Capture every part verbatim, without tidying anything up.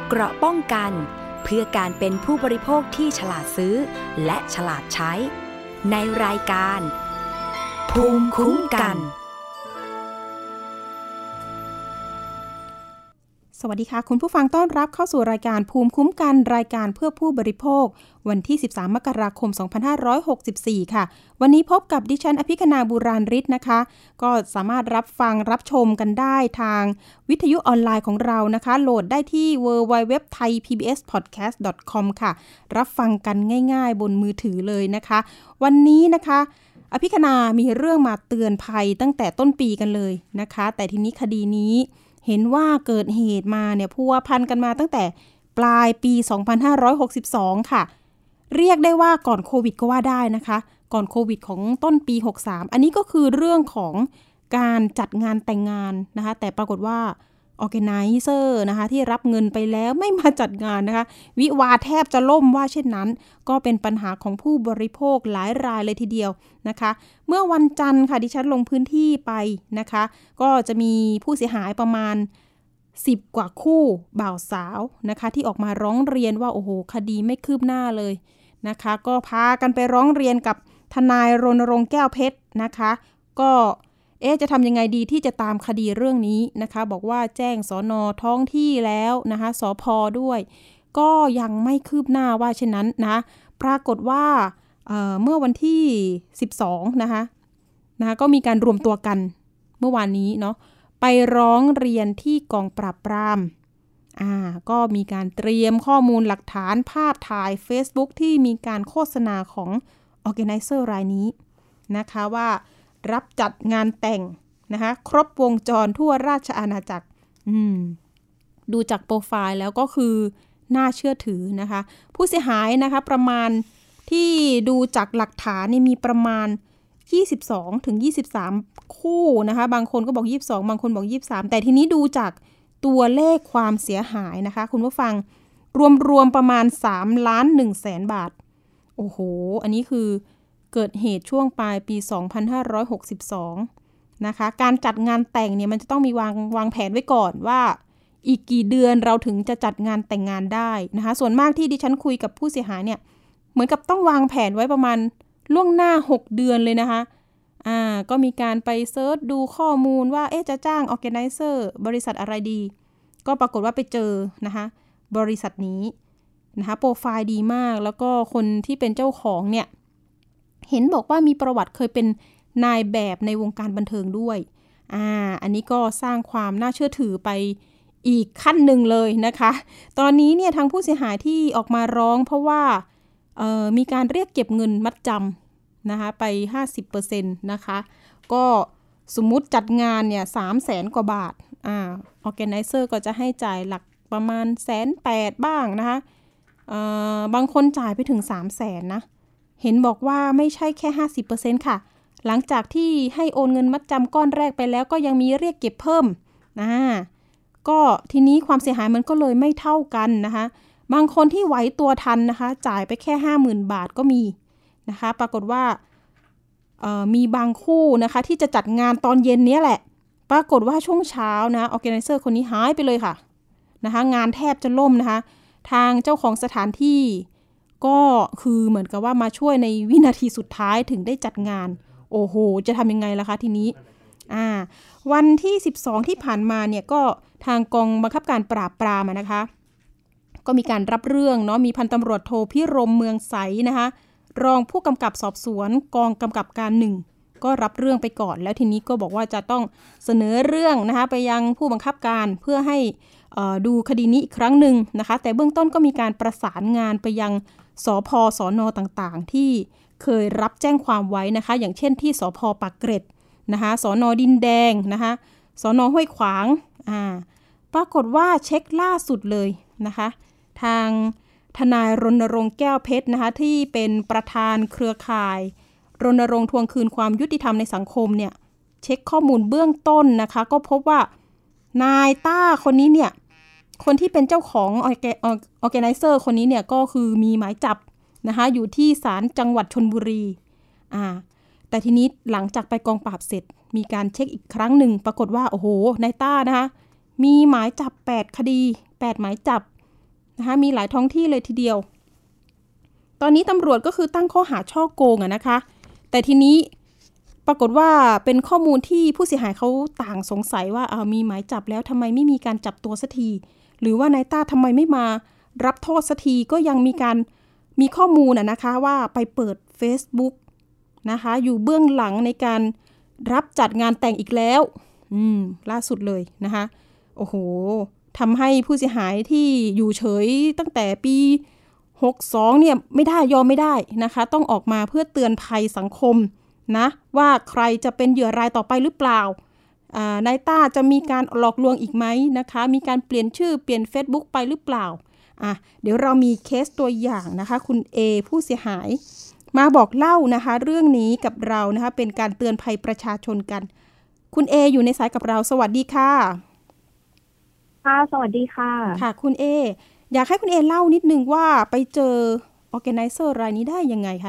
เกราะป้องกันเพื่อการเป็นผู้บริโภคที่ฉลาดซื้อและฉลาดใช้ในรายการภูมิคุ้มกันสวัสดีค่ะคุณผู้ฟังต้อนรับเข้าสู่รายการภูมิคุ้มกันรายการเพื่อผู้บริโภควันที่สิบสามมกราคมสองพันห้าร้อยหกสิบสี่ค่ะวันนี้พบกับดิฉันอภิคณาบุราริศนะคะก็สามารถรับฟังรับชมกันได้ทางวิทยุออนไลน์ของเรานะคะโหลดได้ที่ ดับเบิลยู ดับเบิลยู ดับเบิลยู ดอท ไทย พี บี เอส พอดแคสต์ ดอท คอม ค่ะรับฟังกันง่ายๆบนมือถือเลยนะคะวันนี้นะคะอภิคณามีเรื่องมาเตือนภัยตั้งแต่ต้นปีกันเลยนะคะแต่ทีนี้คดีนี้เห็นว่าเกิดเหตุมาเนี่ยพัวพันกันมาตั้งแต่ปลายปีสองพันห้าร้อยหกสิบสองค่ะเรียกได้ว่าก่อนโควิดก็ว่าได้นะคะก่อนโควิดของต้นปีหกสามอันนี้ก็คือเรื่องของการจัดงานแต่งงานนะคะแต่ปรากฏว่าorganizer นะคะที่รับเงินไปแล้วไม่มาจัดงานนะคะวิวาแทบจะล่มว่าเช่นนั้นก็เป็นปัญหาของผู้บริโภคหลายรายเลยทีเดียวนะคะเมื่อวันจันทร์ค่ะดิฉันลงพื้นที่ไปนะคะก็จะมีผู้เสียหายประมาณสิบกว่าคู่บ่าวสาวนะคะที่ออกมาร้องเรียนว่าโอ้โหคดีไม่คืบหน้าเลยนะคะก็พากันไปร้องเรียนกับทนายรณรงค์แก้วเพชรนะคะก็เอ๊ะจะทำยังไงดีที่จะตามคดีเรื่องนี้นะคะบอกว่าแจ้งสน.ท้องที่แล้วนะคะสภ.ด้วยก็ยังไม่คืบหน้าว่าเช่นนั้นนะปรากฏว่า เอ่อ เมื่อวันที่สิบสองนะคะนะคะก็มีการรวมตัวกันเมื่อวานนี้เนาะไปร้องเรียนที่กองปราบปรามอ่าก็มีการเตรียมข้อมูลหลักฐานภาพถ่าย Facebook ที่มีการโฆษณาของ organizer รายนี้นะคะว่ารับจัดงานแต่งนะคะครบวงจรทั่วราชอาณาจักรอืมดูจากโปรไฟล์แล้วก็คือน่าเชื่อถือนะคะผู้เสียหายนะคะประมาณที่ดูจากหลักฐานนี่มีประมาณยี่สิบสองถึงยี่สิบสามคู่นะคะบางคนก็บอกยี่สิบสองบางคนบอกยี่สิบสามแต่ทีนี้ดูจากตัวเลขความเสียหายนะคะคุณผู้ฟังรวมๆประมาณสามล้านหนึ่งแสนบาทโอ้โหอันนี้คือเกิดเหตุช่วงปลายปีสองพันห้าร้อยหกสิบสองนะคะการจัดงานแต่งเนี่ยมันจะต้องมีวางวางแผนไว้ก่อนว่าอีกกี่เดือนเราถึงจะจัดงานแต่งงานได้นะคะส่วนมากที่ดิฉันคุยกับผู้เสียหายเนี่ยเหมือนกับต้องวางแผนไว้ประมาณล่วงหน้าหกเดือนเลยนะคะอ่าก็มีการไปเซิร์ชดูข้อมูลว่าเอ๊ะจะจ้าง organizer บริษัทอะไรดีก็ปรากฏว่าไปเจอนะคะบริษัทนี้นะคะโปรไฟล์ดีมากแล้วก็คนที่เป็นเจ้าของเนี่ยเห็นบอกว่ามีประวัติเคยเป็นนายแบบในวงการบันเทิงด้วยอ่าอันนี้ก็สร้างความน่าเชื่อถือไปอีกขั้นหนึ่งเลยนะคะตอนนี้เนี่ยทางผู้เสียหายที่ออกมาร้องเพราะว่าเอ่อมีการเรียกเก็บเงินมัดจำนะคะไป ห้าสิบเปอร์เซ็นต์ นะคะก็สมมุติจัดงานเนี่ย สามแสน กว่าบาทอ่า organizer ก็จะให้จ่ายหลักประมาณ หนึ่งแสนแปดหมื่น บ้างนะคะเอ่อบางคนจ่ายไปถึง สามแสน นะเห็นบอกว่าไม่ใช่แค่ ห้าสิบเปอร์เซ็นต์ ค่ะหลังจากที่ให้โอนเงินมัดจำก้อนแรกไปแล้วก็ยังมีเรียกเก็บเพิ่มนะก็ทีนี้ความเสียหายมันก็เลยไม่เท่ากันนะคะบางคนที่ไหวตัวทันนะคะจ่ายไปแค่ ห้าหมื่น บาทก็มีนะคะปรากฏว่าเอ่อมีบางคู่นะคะที่จะจัดงานตอนเย็นนี้แหละปรากฏว่าช่วงเช้านะ organizer คนนี้หายไปเลยค่ะนะคะงานแทบจะล่มนะคะทางเจ้าของสถานที่ก็คือเหมือนกับว่ามาช่วยในวินาทีสุดท้ายถึงได้จัดงานโอ้โหจะทำยังไงล่ะคะทีนี้อ่าวันที่สิบสองที่ผ่านมาเนี่ยก็ทางกองบังคับการปราบปรามนะคะก็มีการรับเรื่องเนาะมีพันตำรวจโทพิรมเมืองใสนะคะรองผู้กำกับสอบสวนกองกำกับการหนึ่งก็รับเรื่องไปก่อนแล้วทีนี้ก็บอกว่าจะต้องเสนอเรื่องนะคะไปยังผู้บังคับการเพื่อให้ดูคดีนี้อีกครั้งหนึ่งนะคะแต่เบื้องต้นก็มีการประสานงานไปยังสภ.สน.ต่างๆที่เคยรับแจ้งความไว้นะคะอย่างเช่นที่สภ.ปากเกร็ดนะคะสน.ดินแดงนะคะสน.ห้วยขวางอ่าปรากฏว่าเช็คล่าสุดเลยนะคะทางทนายรณรงค์แก้วเพชรนะคะที่เป็นประธานเครือข่ายรณรงค์ทวงคืนความยุติธรรมในสังคมเนี่ยเช็คข้อมูลเบื้องต้นนะคะก็พบว่านายต้าคนนี้เนี่ยคนที่เป็นเจ้าของ organizer คนนี้เนี่ยก็คือมีหมายจับนะคะอยู่ที่ศาลจังหวัดชลบุรีอ่าแต่ทีนี้หลังจากไปกองปราบเสร็จมีการเช็คอีกครั้งหนึ่งปรากฏว่าโอ้โหนายต้านะคะมีหมายจับแปดคดีแปดหมายจับนะคะมีหลายท้องที่เลยทีเดียวตอนนี้ตำรวจก็คือตั้งข้อหาฉ้อโกงอะนะคะแต่ทีนี้ปรากฏว่าเป็นข้อมูลที่ผู้เสียหายเขาต่างสงสัยว่าเอามีหมายจับแล้วทำไมไม่มีการจับตัวสักทีหรือว่านายต้าทำไมไม่มารับโทษสักทีก็ยังมีการมีข้อมูลอะนะคะว่าไปเปิด Facebook นะคะอยู่เบื้องหลังในการรับจัดงานแต่งอีกแล้วอืมล่าสุดเลยนะคะโอ้โหทำให้ผู้เสียหายที่อยู่เฉยตั้งแต่ปีหกสิบสองเนี่ยไม่ได้ยอมไม่ได้นะคะต้องออกมาเพื่อเตือนภัยสังคมนะว่าใครจะเป็นเหยื่อรายต่อไปหรือเปล่านายต้าจะมีการหลอกลวงอีกไหมนะคะมีการเปลี่ยนชื่อเปลี่ยน Facebook ไปหรือเปล่าอ่ะเดี๋ยวเรามีเคสตัวอย่างนะคะคุณเอผู้เสียหายมาบอกเล่านะคะเรื่องนี้กับเรานะคะเป็นการเตือนภัยประชาชนกันคุณเออยู่ในสายกับเราสวัสดีค่ะค่ะสวัสดีค่ะค่ะคุณเออยากให้คุณเอเล่านิดนึงว่าไปเจอ organizer รายนี้ได้ยังไงคะ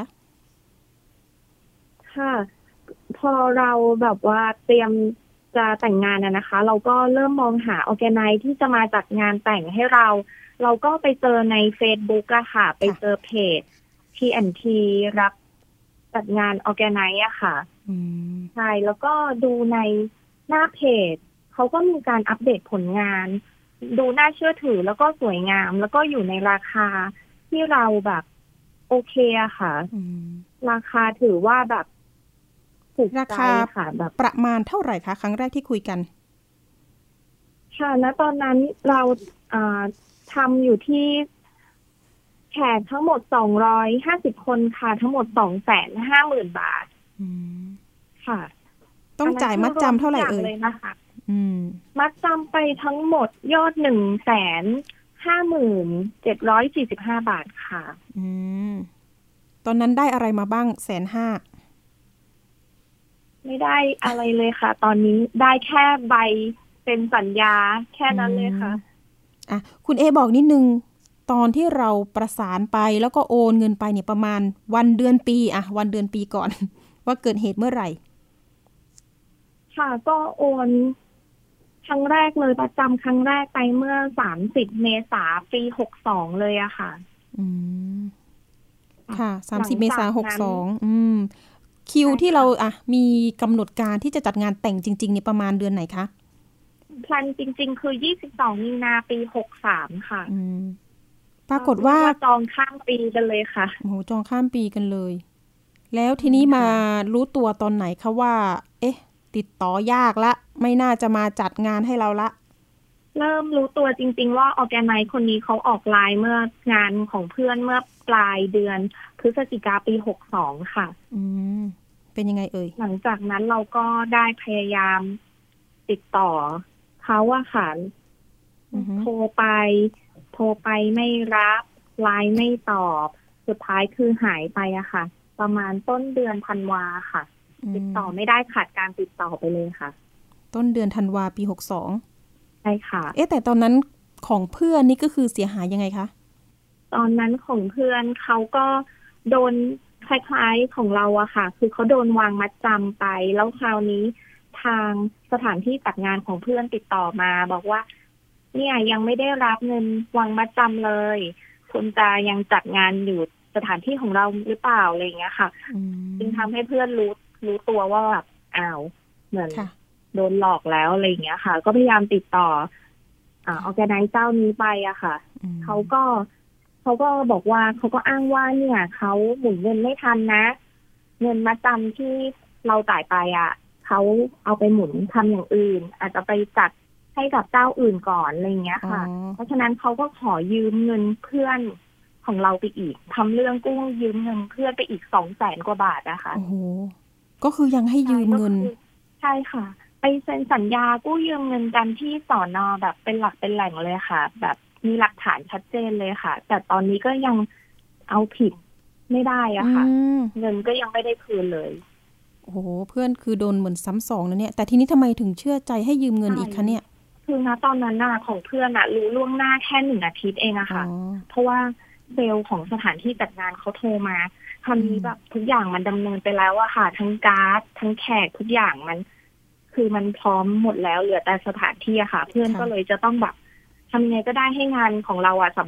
ค่ะพอเราแบบว่าเตรียมจะแต่งงานนะคะเราก็เริ่มมองหา organizer ที่จะมาจัดงานแต่งให้เราเราก็ไปเจอใน Facebook อะค่ะไปเจอเพจ ที แอนด์ ที รับจัดงาน organizer อะค่ะใช่แล้วก็ดูในหน้าเพจเขาก็มีการอัปเดตผลงานดูน่าเชื่อถือแล้วก็สวยงามแล้วก็อยู่ในราคาที่เราแบบโอเคอะค่ะราคาถือว่าแบบถูกใจค่ะแบบประมาณเท่าไหร่คะครั้งแรกที่คุยกันค่ะณตอนนั้นเราทำอยู่ที่แขกทั้งหมดสองร้อยห้าสิบคนค่ะทั้งหมด สองแสนห้าหมื่น บาทค่ะต้องจ่ายมัดจำเท่าไหร่เอ่ยนะคะมัดจำไปทั้งหมดยอด หนึ่งแสนห้าหมื่นเจ็ดร้อยสี่สิบห้า บาทค่ะอืมตอนนั้นได้อะไรมาบ้างแสนห้าไม่ได้อะไรเลยค่ะตอนนี้ได้แค่ใบเป็นสัญญาแค่นั้นเลยค่ะอ่ะคุณเอบอกนิดนึงตอนที่เราประสานไปแล้วก็โอนเงินไปเนี่ยประมาณวันเดือนปีอ่ะวันเดือนปีก่อนว่าเกิดเหตุเมื่อไหร่ค่ะก็โอนครั้งแรกเลยประจำครั้งแรกไปเมื่อสามสิบเมษายนปีหกสิบสองเลยอะค่ะอืมค่ะสามสิบเมษายนหกสิบสองอืมคิวที่เราอ่ะมีกำหนดการที่จะจัดงานแต่งจริงๆเนี่ยประมาณเดือนไหนคะแพลนจริงๆคือยี่สิบสองมีนาปีหกสิบสามค่ะอืมปรากฏว่าจองข้ามปีกันเลยค่ะโอ้โหจองข้ามปีกันเลยแล้วทีนี้มารู้ตัวตอนไหนคะว่าเอ๊ะติดต่อยากละไม่น่าจะมาจัดงานให้เราละเริ่มรู้ตัวจริงๆว่าออร์แกไนซ์คนนี้เขาออกไลน์เมื่องานของเพื่อนเมื่อปลายเดือนพฤศจิกาปีหกสิบสองค่ะอืมเป็นยังไงเอ่ยหลังจากนั้นเราก็ได้พยายามติดต่อเขาว่าค่ะโทรไปโทรไปไม่รับไลน์ไม่ตอบสุดท้ายคือหายไปอะค่ะประมาณต้นเดือนธันวาค่ะติดต่อไม่ได้ขาดการติดต่อไปเลยค่ะต้นเดือนธันวาปีหกสิบสองใช่ค่ะเอ๊ะแต่ตอนนั้นของเพื่อนนี่ก็คือเสียหายยังไงคะตอนนั้นของเพื่อนเขาก็โดนคล้ายๆของเราอะค่ะคือเขาโดนวางมัดจำไปแล้วคราวนี้ทางสถานที่จัดงานของเพื่อนติดต่อมาบอกว่าเนี่ยยังไม่ได้รับเงินวางมัดจำเลยคุณจะยังจัดงานอยู่สถานที่ของเราหรือเปล่าอะไรอย่างเงี้ยค่ะจึงทำให้เพื่อนรู้รู้ตัวว่าแบบอ้าวเหมือนโดนหลอกแล้วอะไรอย่างเงี้ยค่ะก็พยายามติดต่ออ่าออร์แกไนซ์เจ้านี้ไปอะค่ะเขาก็เขาก็บอกว่าเขาก็อ้างว่าเนี่ยเขาหมุนเงินไม่ทันนะเงินมัดจำที่เราจ่ายไปอะเขาเอาไปหมุนทำอย่างอื่นอาจจะไปจัดให้กับเจ้าอื่นก่อนอะไรอย่างเงี้ยค่ะเพราะฉะนั้นเขาก็ขอยืมเงินเพื่อนของเราไปอีกทำเรื่องกู้ยืมเงินเพื่อนไปอีกสองแสนกว่าบาทนะคะโอ้โหก็คือยังให้ยืมเงินใช่ค่ะไปเซ็นสัญญากู้ยืมเงินกันที่สน.แบบเป็นหลักเป็นแหล่งเลยค่ะแบบมีหลักฐานชัดเจนเลยค่ะแต่ตอนนี้ก็ยังเอาผิดไม่ได้อะค่ะเงินก็ยังไม่ได้คืนเลยโอ้โหเพื่อนคือโดนเหมือนซ้ำสองนะเนี่ยแต่ทีนี้ทำไมถึงเชื่อใจให้ยืมเงินอีกคะเนี่ยคือณตอนนั้นน่ะของเพื่อนอะรู้ล่วงหน้าแค่หนึ่งอาทิตย์เองอะค่ะเพราะว่าเซลล์ของสถานที่จัดงานเขาโทรมาทำนี้แบบทุกอย่างมันดำเนินไปแล้วอะค่ะทั้งการ์ดทั้งแขกทุกอย่างมันคือมันพร้อมหมดแล้วเหลือแต่สถานที่อะค่ะเพื่อนก็เลยจะต้องแบบทำยังไงก็ได้ให้งานของเราอะสำเร็จ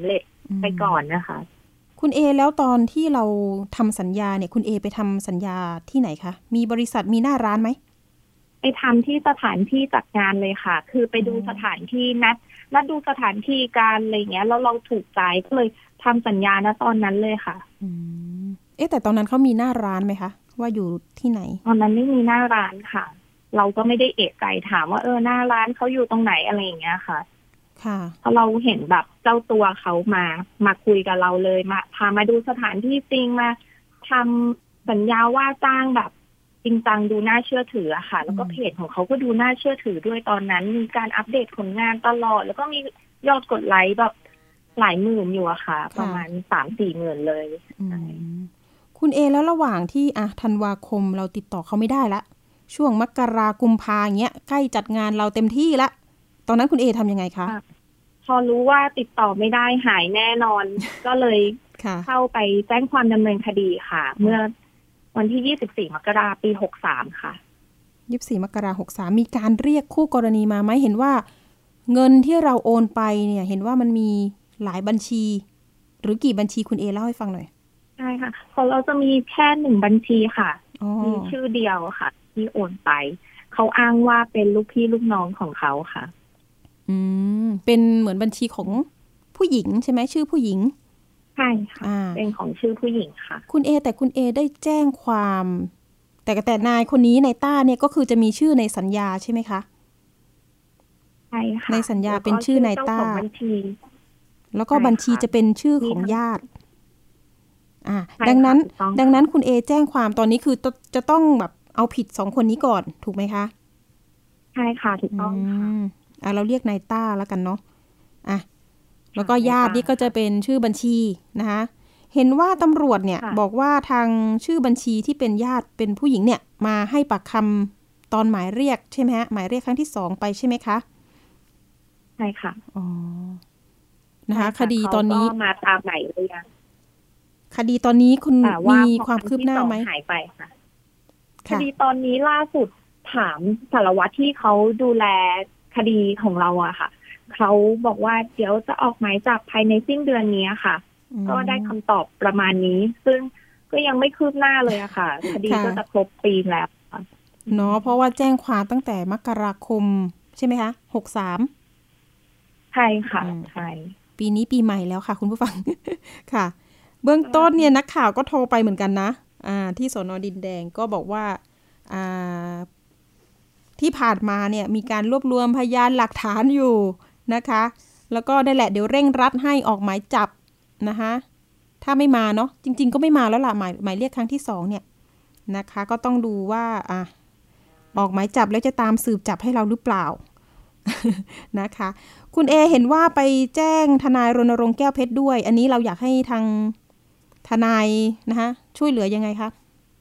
ไปก่อนนะคะคุณเอแล้วตอนที่เราทำสัญญาเนี่ยคุณเอไปทำสัญญาที่ไหนคะมีบริษัทมีหน้าร้านไหมไปทำที่สถานที่จัดงานเลยค่ะคือไปดูสถานที่นัดนัดดูสถานที่การอะไรเงี้ยแล้วเราถูกใจก็เลยทำสัญญาณตอนนั้นเลยค่ะอืมเอ๊ะแต่ตอนนั้นเขามีหน้าร้านไหมคะว่าอยู่ที่ไหนตอนนั้นไม่มีหน้าร้านค่ะเราก็ไม่ได้เอะใจถามว่าเออหน้าร้านเขาอยู่ตรงไหนอะไรอย่างเงี้ยค่ะค่ะเพราะเราเห็นแบบเจ้าตัวเขามามาคุยกับเราเลยมาพามาดูสถานที่จริงมาทำสัญญาว่าจ้างแบบจริงจังดูน่าเชื่อถืออะค่ะแล้วก็เพจของเขาก็ดูน่าเชื่อถือด้วยตอนนั้นมีการอัปเดตผลงานตลอดแล้วก็มียอดกดไลค์แบบหลายหมื่นอยู่อะค่ะประมาณสามสี่หมื่นเลยคุณเอแล้วระหว่างที่อ่ะธันวาคมเราติดต่อเขาไม่ได้ละช่วงมกรากุมภาอย่างเงี้ยใกล้จัดงานเราเต็มที่ละตอนนั้นคุณเอทำยังไงคะพอรู้ว่าติดต่อไม่ได้หายแน่นอนก็เลยเข้าไปแจ้งความดำเนินคดีค่ะเมื่อวันที่ยี่สิบสี่มกราคมปีหกสามค่ะยี่สิบสี่มกราคมหกสามมีการเรียกคู่กรณีมาไหมเห็นว่าเงินที่เราโอนไปเนี่ยเห็นว่ามันมีหลายบัญชีหรือกี่บัญชีคุณเอเล่าให้ฟังหน่อยใช่ค่ะเพราะเราจะมีแค่หนึ่งบัญชีค่ะมีชื่อเดียวค่ะที่โอนไปเขาอ้างว่าเป็นลูกพี่ลูกน้องของเขาค่ะอืมเป็นเหมือนบัญชีของผู้หญิงใช่ไหมชื่อผู้หญิงใช่ค่ะเป็นของชื่อผู้หญิงค่ะคุณเอแต่คุณเอได้แจ้งความแต่แต่นายคนนี้นายต้าเนี่ยก็คือจะมีชื่อในสัญญาใช่ไหมคะใช่ค่ะในสัญญาเป็นชื่อนายต้าแล้วก็บัญชีจะเป็นชื่อของญาติอ่าดังนั้นดังนั้นคุณเอแจ้งความตอนนี้คือจะต้องแบบเอาผิดสองคนนี้ก่อนถูกไหมคะใช่ค่ะถูกต้องค่ะอ่าเราเรียกนายต้าแล้วกันเนาะอ่ะแล้วก็ญาตินี่ก็จะเป็นชื่อบัญชีนะคะเห็นว่าตำรวจเนี่ยบอกว่าทางชื่อบัญชีที่เป็นญาติเป็นผู้หญิงเนี่ยมาให้ปากคำตอนหมายเรียกใช่ไหมฮะหมายเรียกครั้งที่สองไปใช่ไหมคะใช่ค่ะอ๋อนะคะคดีตอนนี้มาตามไหนหรือยังคดีตอนนี้คุณมีความคืบหน้าไหมหายไปค่ะคดีตอนนี้ล่าสุดถามสารวัตรที่เขาดูแลคดีของเราอะค่ะเขาบอกว่าเดี๋ยวจะออกหมายจับภายในสิ้นเดือนนี้ค่ะก็ได้คำตอบประมาณนี้ซึ่งก็ยังไม่คืบหน้าเลยอะค่ะคดีก็จะครบปีแล้วเนาะเพราะว่าแจ้งความตั้งแต่มกราคมใช่ไหมคะหกสามใช่ค่ะใช่ปีนี้ปีใหม่แล้วค่ะคุณผู้ฟังค่ะเบื้องต้นเนี่ยนักข่าวก็โทรไปเหมือนกันนะอ่าที่สน.ดินแดงก็บอกว่าอ่าที่ผ่านมาเนี่ยมีการรวบรวมพยานหลักฐานอยู่นะคะแล้วก็ได้แหละเดี๋ยวเร่งรัดให้ออกหมายจับนะคะถ้าไม่มาเนาะจริงๆก็ไม่มาแล้วล่ะหมายหมายเรียกครั้งที่สองเนี่ยนะคะก็ต้องดูว่าอ่ะออกหมายจับแล้วจะตามสืบจับให้เราหรือเปล่า นะคะคุณเอเห็นว่าไปแจ้งทนายรณรงค์แก้วเพชรด้วยอันนี้เราอยากให้ทางทนายนะคะช่วยเหลือยังไงคะ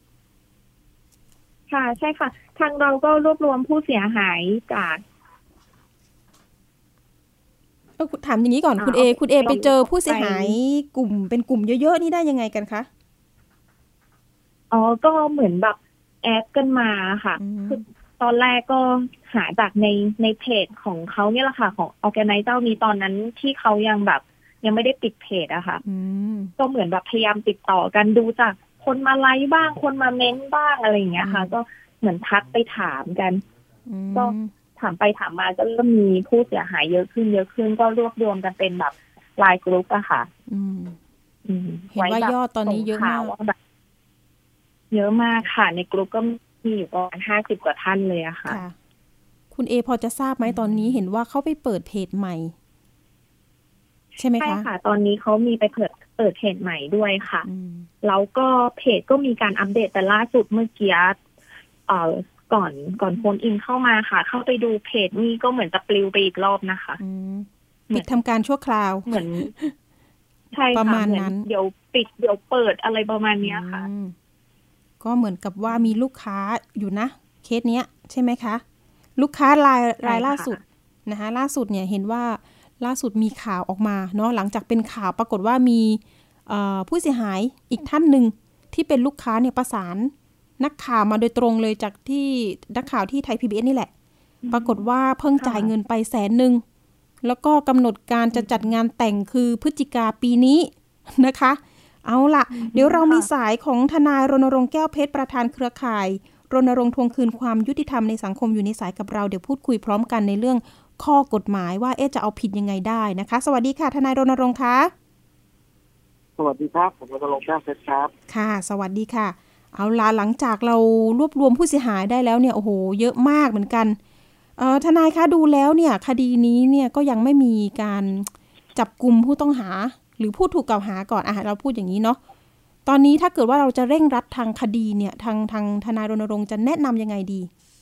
ค่ะใช่ค่ะทางเราก็รวบรวมผู้เสียหายจากเออถามอย่างนี้ก่อนคุณเอคุณเอไปเจอผู้เสียหายกลุ่มเป็นกลุ่มเยอะๆนี่ได้ยังไงกันคะอ๋อก็เหมือนแบบแอดกันมาค่ะคือตอนแรกก็หาจากในในเพจของเขาเนี่ยแหละค่ะของออร์แกไนเซอร์มีตอนนั้นที่เขายังแบบยังไม่ได้ปิดเพจอะค่ะก็เหมือนแบบพยายามติดต่อกันดูจากคนมาไลค์บ้างคนมาเม้นต์บ้างอะไรอย่างเงี้ยค่ะก็เหมือนทักไปถามกันก็ถามไปถามมาก็เริ่มมีผู้เสียหายเยอะขึ้นเยอะขึ้นก็รวบรวมกันเป็นแบบไลน์กรุ๊ปอะค่ะเห็นว่ายอดตอนนี้เยอะมากเยอะมากค่ะในกรุ๊ปก็มีอยู่ประมาณห้าสิบกว่าท่านเลยอะค่ะคุณเอพอจะทราบไหมตอนนี้เห็นว่าเขาไปเปิดเพจใหม่ใช่ไหมคะใช่ค่ะตอนนี้เขามีไปเปิดเปิดเพจใหม่ด้วยค่ะแล้วก็เพจก็มีการอัปเดตแต่ล่าสุดเมื่อกี้เอ่อก่อนก่อนโฟนอินเข้ามาค่ะเข้าไปดูเพจนี้ก็เหมือนจะปลิวไปอีกรอบนะคะปิดทำการชั่วคราวเหมือนใช่ค่ะประมาณนั้นเดี๋ยวปิดเดี๋ยวเปิดอะไรประมาณนี้ค่ะก็เหมือนกับว่ามีลูกค้าอยู่นะเคสเนี้ยใช่ไหมคะลูกค้ารายรายล่าสุดนะคะล่าสุดเนี่ยเห็นว่าล่าสุดมีข่าวออกมาเนาะหลังจากเป็นข่าวปรากฏว่ามีผู้เสียหายอีกท่านหนึ่งที่เป็นลูกค้าเนี่ยประสานนักข่าวมาโดยตรงเลยจากที่นักข่าวที่ไทย พี บี เอส นี่แหละปรากฏว่าเพิ่งจ่ายเงินไปแสนหนึ่งแล้วก็กำหนดการจะจัดงานแต่งคือพฤศจิกาปีนี้นะคะเอาล่ะเดี๋ยวเรามีสายของทนายรณรงค์แก้วเพชรประธานเครือข่ายรณรงค์ทวงคืนความยุติธรรมในสังคมอยู่ในสายกับเราเดี๋ยวพูดคุยพร้อมกันในเรื่องข้อกฎหมายว่าเอ๊ะจะเอาผิดยังไงได้นะคะสวัสดีค่ะทนายรณรงค์คะสวัสดีครับผมรณรงค์แก้วเพชรครับค่ะสวัสดีค่ะเอาล่ะหลังจากเรารวบรวมผู้เสียหายได้แล้วเนี่ยโอ้โหเยอะมากเหมือนกันเอ่อทนายคะดูแล้วเนี่ยคดีนี้เนี่ยก็ยังไม่มีการจับกุมผู้ต้องหาหรือผู้ถูกกล่าวหาก่อนอ่ะเราพูดอย่างนี้เนาะตอนนี้ถ้าเกิดว่าเราจะเร่งรัดทางคดีเนี่ยทางทางทนายรณรงค์จะแนะนำยังไงดี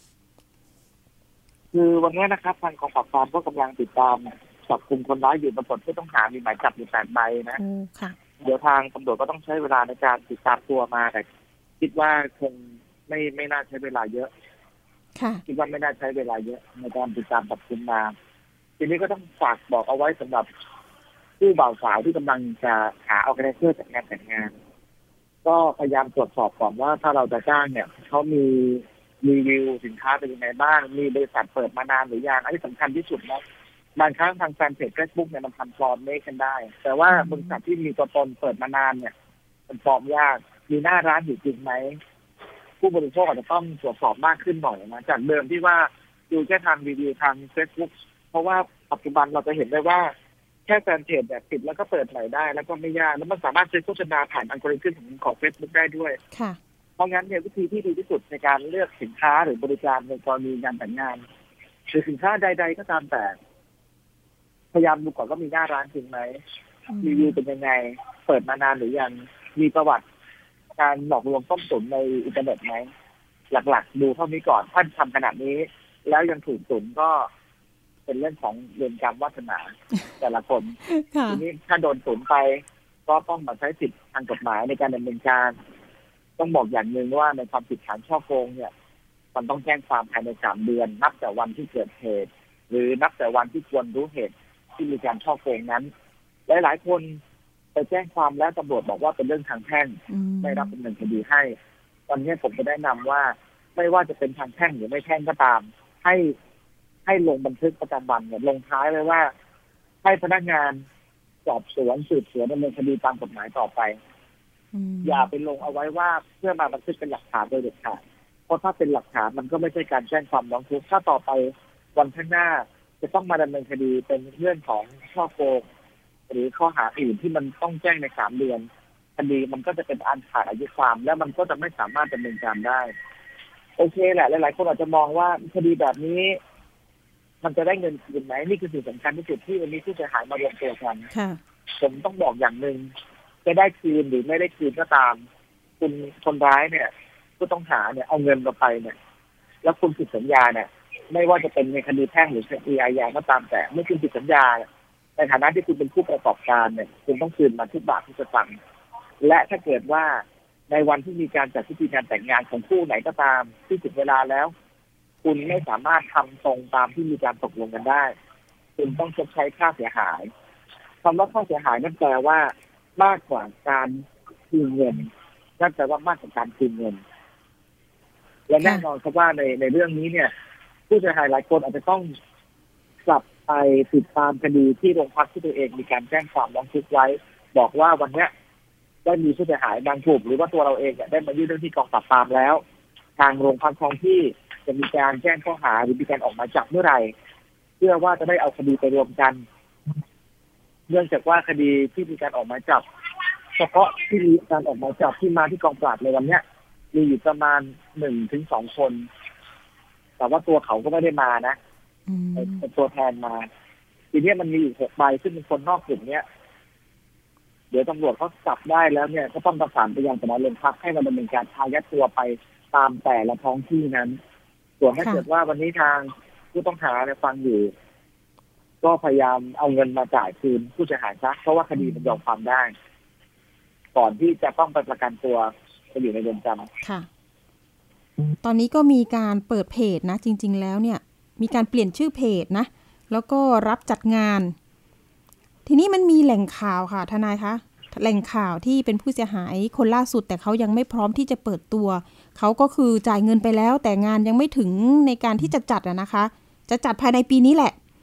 คือวันนี้นะครับทางกองปราบปรามก็กำลังติดตามจับกุมคนร้ายอยู่บนรถผู้ต้องหามีหมายจับอยู่แปดใบนะเดี๋ยวทางตำรวจก็ต้องใช้เวลาในการติดตามตัวมาแต่คิดว่าคงไม่ไม่น่าใช้เวลาเยอะคิดว่าไม่น่าใช้เวลาเยอะในการติดตามจับกุมมาทีนี้ก็ต้องฝากบอกเอาไว้สำหรับผู้บ่าวสาวที่กำลังจะหาออร์แกไนเซอร์จัดงานแต่งงานก็พยายามตรวจสอบก่อนว่าถ้าเราจะจ้างเนี่ยเขามีรีวิวสินค้าเป็นยังไงบ้างมีบริษัทเปิดมานานหรือยังอันนี้สำคัญที่สุดนะบางครั้งทางแฟนเพจ Facebook เนี่ยมันทำปลอมเมคกันได้แต่ว่าบริษัทที่มีตัวตนเปิดมานานเนี่ยมันปลอมยากมีหน้าร้านอยู่จริงไหมผู้บริโภคอาจจะต้องตรวจสอบมากขึ้นหน่อยนะจากเดิมที่ว่าดูแค่ทางรีวิวทาง Facebook เพราะว่าปัจจุบันเราจะเห็นได้ว่าแค่แฟนเพจเนี่ยติดแล้วก็เปิดใหม่ได้แล้วก็ไม่ยากแล้วมันสามารถใช้โฆษณาผ่านอัลกอริทึมของของ Facebook ได้ด้วยค่ะเพราะงั้นเนี่ยวิธีที่ดีที่สุดในการเลือกสินค้าหรือบริการในกรณีงานแต่งงานหรือสินค้าใดๆก็ตามแต่พยายามดูก่อนว่ามีหน้าร้านจริงไหมรีวิวเป็นยังไงเปิดมานานหรือยังมีประวัติการหลอกลวงต้มตุ๋นในอินเทอร์เน็ตไหมหลักๆดูเท่านี้ก่อนถ้าทำขนาดนี้แล้วยังถูกตุ๋นก็เป็นเรื่องของเรื่องกรรมวาสนาแต่ละคนทีนี้ถ้าโดนตุ๋นไปก็ต้องมาใช้สิทธิทางกฎหมายในการดำเนินการต้องบอกอย่างหนึ่งว่าในความผิดฐานฉ้อโกงเนี่ยมันต้องแจ้งความภายในสามเดือนนับแต่วันที่เกิดเหตุหรือนับแต่วันที่ควรรู้เหตุที่มีการฉ้อโกงนั้นหลายๆคนไปแจ้งความแล้วตำรวจบอกว่าเป็นเรื่องทางแพ่งไม่รับดำเนินคดีให้ตอนนี้ผมจะแนะนำว่าไม่ว่าจะเป็นทางแพ่งหรือไม่แพ่งก็ตามให้ให้ลงบันทึกประจำวันเนี่ยลงท้ายไว้ว่าให้พนักงานสอบสวนสืบสวนดำเนินคดีตามกฎหมายต่อไปอย่าไปลงเอาไว้ว่าเพื่อมาบันทึกเป็นหลักฐานโดยเด็ดขาดเพราะถ้าเป็นหลักฐานมันก็ไม่ใช่การแจ้งความร้องทุกข์ถ้าต่อไปวันข้างหน้าจะต้องมาดำเนินคดีเป็นเรื่องของฉ้อโกงหรือข้อหาอื่นที่มันต้องแจ้งในสามเดือนคดีมันก็จะเป็นอันขาดอายุความและมันก็จะไม่สามารถดำเนินการได้โอเคแหละหลายๆคนอาจจะมองว่าคดีแบบนี้มันจะได้เงินคืนไหมนี่คือสิ่งสำคัญที่สุดที่วันนี้ผู้เสียหายมารวมตัวกันผมต้องบอกอย่างหนึ่งจะได้คืนหรือไม่ได้คืนก็ตามคุณคนร้ายเนี่ยผู้ต้องหาเนี่ยเอาเงินเราไปเนี่ยแล้วคุณผิดสัญญาเนี่ยไม่ว่าจะเป็นในคดีแพ่งหรือคดีอาญาก็ตามแต่เมื่อคุณผิดสัญญาในฐานะที่คุณเป็นผู้ประกอบการเนี่ยคุณต้องคืนมาทุกบาททุกสตางค์และถ้าเกิดว่าในวันที่มีการจัดพิธีการแต่งงานของคู่ไหนก็ตามที่ถึงเวลาแล้วคุณไม่สามารถทำตรงตามที่มีการตกลงกันได้คุณต้องชดใช้ค่าเสียหายคำว่าค่าเสียหายนั่นแปลว่ามากกว่าการคืนเงินนั่นแปลว่ามากกว่าการคืนเงินและแน่นอนครับว่าในในเรื่องนี้เนี่ยผู้เสียหายหลายคนอาจจะต้องกลับไปติดตามคดีที่โรงพักที่ตัวเองมีการแจ้งความร้องทุกข์ไว้บอกว่าวันนี้ได้มีผู้เสียหายบางกลุ่มหรือว่าตัวเราเองเนี่ยได้มายื่นเรื่องที่กองปราบปรามแล้วทางโรงพักท้องที่จะมีการแจ้งข้อหาหรือมีการออกหมายจับเมื่อไหร่เพื่อว่าจะได้เอาคดีไปรวมกันเนื่องจากว่าคดีที่มีการออกหมายจับเฉพาะที่มีการออกหมายจับที่มาที่กองปราบในวันนี้มีอยู่ประมาณหนึ่งถึงสองคนแต่ว่าตัวเขาก็ไม่ได้มานะเป็นตัวแทนมาทีนี้มันมีอยู่หกใบซึ่งเป็นคนนอกกลุ่มเนี้ยเดี๋ยวตำรวจเขาจับได้แล้วเนี่ยก็ต้องประสานไปยังสำนักโรงพักให้มาดำเนินการอายัดตัวไปตามแต่ละท้องที่นั้นส่วนถ้าเกิดว่าวันนี้ทางผู้ต้องหาเนี่ยฟังอยู่ก็พยายามเอาเงินมาจ่ายคืนผู้เสียหายซะเพราะว่าคดีมันยอมความได้ก่อนที่จะต้องไปประกันตัวไปอยู่ในเรือนจำค่ะตอนนี้ก็มีการเปิดเพจนะจริงๆแล้วเนี่ยมีการเปลี่ยนชื่อเพจนะแล้วก็รับจัดงานทีนี้มันมีแหล่งข่าวค่ะทนายคะแหล่งข่าวที่เป็นผู้เสียหายคนล่าสุดแต่เขายังไม่พร้อมที่จะเปิดตัวเขาก็คือจ่ายเงินไปแล้วแต่งานยังไม่ถึงในการที่จะจัดอะนะคะจะจัดภายในปีนี้แหละ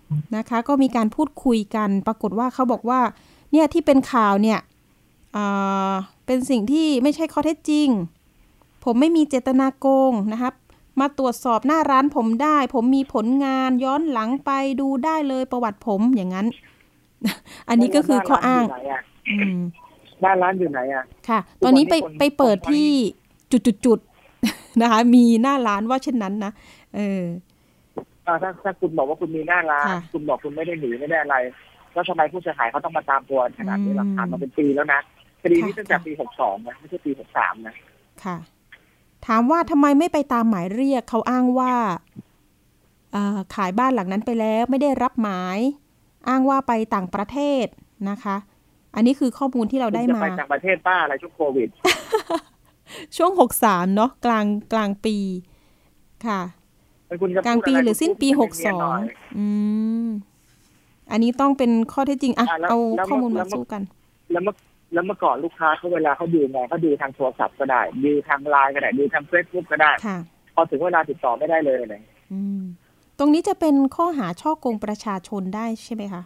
นะคะก็มีการพูดคุยกันปรากฏว่าเขาบอกว่าเนี่ยที่เป็นข่าวเนี่ยเอ่อเป็นสิ่งที่ไม่ใช่ข้อเท็จจริงผมไม่มีเจตนาโกงนะครับมาตรวจสอบหน้าร้านผมได้ผมมีผลงานย้อนหลังไปดูได้เลยประวัติผมอย่างนั้น อันนี้ก็คือข้ออ้างหน้าร้านอยู่ไหนอ่ะค่ะตอนนี้ไปไปเปิดที่จุดๆๆนะคะมีหน้าร้านว่าเช่นนั้นนะเออถ้าถ้าคุณบอกว่าคุณมีหน้าร้านคุณบอกคุณไม่ได้หนีไม่ได้อะไรแล้วทำไมผู้เสียหายเขาต้องมาตามตัวขนาดนี้หลักฐานมาเป็นปีแล้วนะคดีนี้ตั้งแต่ปีหกสองนะไม่ใช่ปีหกสามนะค่ะถามว่าทำไมไม่ไปตามหมายเรียกเขาอ้างว่าขายบ้านหลังนั้นไปแล้วไม่ได้รับหมายอ้างว่าไปต่างประเทศนะคะอันนี้คือข้อมูลที่เราได้มาไปต่างประเทศป้าอะไรช่วงโควิดช่วงหกสามเนาะกลางกลางปีค่ะกลางปีหรือสิ้นปีหกสองอืมอันนี้ต้องเป็นข้อเท็จจริงอ่ะเอาข้อมูลมาสู้กันแล้วเมื่อแล้วเมื่อก่อนลูกค้าเขาเวลาเขาดูไงเขาดูทางโทรศัพท์ก็ได้ดูทางไลน์ก็ได้ดูทางเฟซบุ๊กก็ได้พอถึงเวลาติดต่อไม่ได้เลยเลยตรงนี้จะเป็นข้อหาฉ้อโกงประชาชนได้ใช่ไหมคะ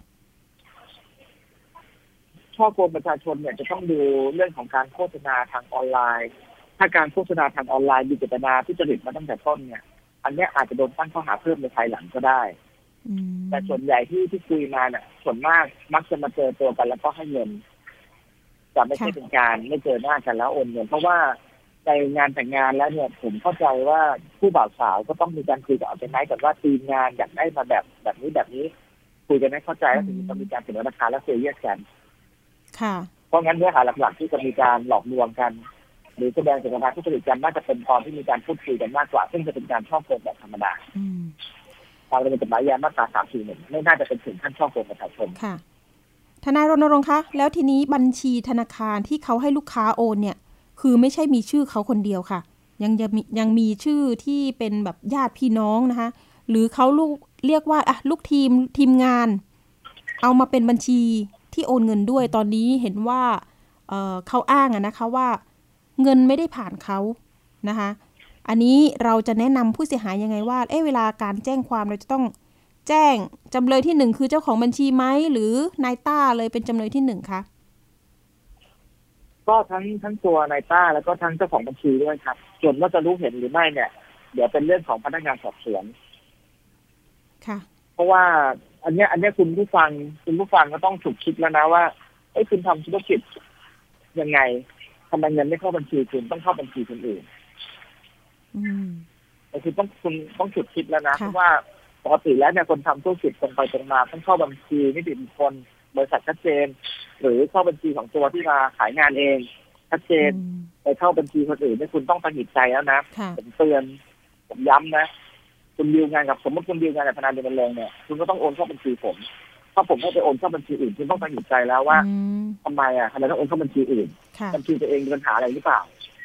ฉ้อโกงประชาชนเนี่ยจะต้องดูเรื่องของการโฆษณาทางออนไลน์ถ้าการโฆษณาทางออนไลน์มีเจตนาที่จะผลิตมาตั้งแต่ต้นเนี่ยอันนี้อาจจะโดนตั้งข้อหาเพิ่มในภายหลังก็ได้แต่ส่วนใหญ่ที่ที่คุยมาเนี่ยส่วนมากมักจะมาเจอตัวกันแล้วก็ให้เงินจะไม่ใช่เป็นการไม่เจอหน้ากันแล้วโอนเงินเพราะว่าในงานแต่งงานแล้วเนี่ยผมเข้าใจว่าผู้บ่าวสาวก็ต้องมีการคุยกับเอาใจไนท์กันว่าทีมงานอยากได้มาแบบแบบนี้แบบนี้คุยกันให้เข้าใจแล้วถึงจะมีการเสนอราคาและเซเยสกันค่ะเพราะงั้นเนื้อหาหลักๆที่จะมีการหลอกลวงกันหรือแสดงเจตนาทุจริตกันน่าจะเป็นตอนที่มีการพูดคุยกันมากกว่าซึ่งจะเป็นการฉ้อโกงแบบธรรมดาตามระเบียบกฎหมายยามาตราสามสี่หนึ่งไม่น่าจะเป็นถึงขั้นฉ้อโกงประชาชนค่ะทนายรณรงค์คะแล้วทีนี้บัญชีธนาคารที่เขาให้ลูกค้าโอนเนี่ยคือไม่ใช่มีชื่อเขาคนเดียวค่ะยังยังมียังมีชื่อที่เป็นแบบญาติพี่น้องนะคะหรือเขาลูกเรียกว่าอ่ะลูกทีมทีมงานเอามาเป็นบัญชีที่โอนเงินด้วยตอนนี้เห็นว่าเอ่อเขาอ้างอะนะคะว่าเงินไม่ได้ผ่านเขานะคะอันนี้เราจะแนะนำผู้เสียหายยังไงว่าเอ๊ะเวลาการแจ้งความเราจะต้องแจ้งจำเลยที่หนึ่งคือเจ้าของบัญชีไหมหรือนายต้าเลยเป็นจำเลยที่หนึ่งคะก็ทั้งทั้งตัวนายต้าแล้วก็ทั้งเจ้าของบัญชีด้วยครับส่วนว่าจะรู้เห็นหรือไม่เนี่ยเดี๋ยวเป็นเรื่องของพนักงานสอบสวนค่ะเพราะว่าอันนี้อันนี้คุณผู้ฟังคุณผู้ฟังก็ต้องฉุกคิดแล้วนะว่าไอ้คุณทำธุรกิจยังไงทำไมเงินไม่เข้าบัญชีคุณต้องเข้าบัญชีคนอื่นอืมแต่คุณต้องคุณต้องฉุกคิดแล้วนะเพราะว่าปกติแล้วเนี่ยคนทำธุรกิจตรงไปตรงมาต้องเข้าบัญชีนิติบุคคลบริษัทชัดเจนหรือเข้าบัญชีของตัวที่มาขายงานเองชัดเจนไปเข้าบัญชีคนอื่นเนี่ยคุณต้องตัดสินใจแล้วนะผมเตือนผมย้ำนะคุณดีลงานกับสมมติคุณดีลงานกับธนาคารเดินเริงเนี่ยคุณก็ต้องโอนเข้าบัญชีผมถ้าผมให้ไปโอนเข้าบัญชีอื่นคุณต้องตัดสินใจแล้วว่าทำไมอ่ะทำไมต้องโอนเข้าบัญชีอื่นบัญชีตัวเองมีปัญหาอะไรหรือเปล่า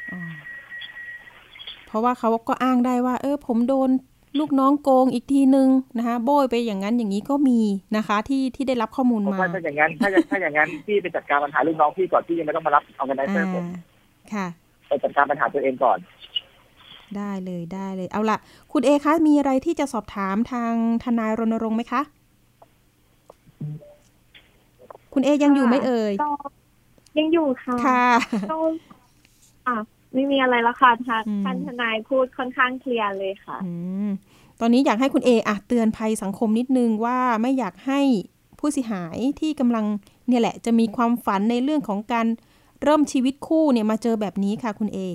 เพราะว่าเขาก็อ้างได้ว่าเออผมโดนลูกน้องโกงอีกทีนึงนะคะโบยไปอย่างนั้นอย่างนี้ก็มีนะคะที่ที่ได้รับข้อมูลมาถ้าอย่างนั้นถ้าถ้าอย่างนั้นพี่ไปจัดการปัญหาลูกน้องพี่ก่อนพี่ยังไม่ต้องมารับเอาเงินได้เพิ่มผมค่ะไปจัดการปัญหาตัวเองก่อนได้เลยได้เลยเอาล่ะคุณเอคะมีอะไรที่จะสอบถามทางทนายรณรงค์ไหมคะคุณเอยังอยู่ไหมเอ่ยยังอยู่ค่ะค่ะก็อ่ะไม่มีอะไรแล้วค่ะท่านทนายพูดค่อนข้างเคลียร์เลยค่ะตอนนี้อยากให้คุณเออ่ะเตือนภัยสังคมนิดนึงว่าไม่อยากให้ผู้เสียหายที่กำลังเนี่ยแหละจะมีความฝันในเรื่องของการเริ่มชีวิตคู่เนี่ยมาเจอแบบนี้ค่ะคุณเอ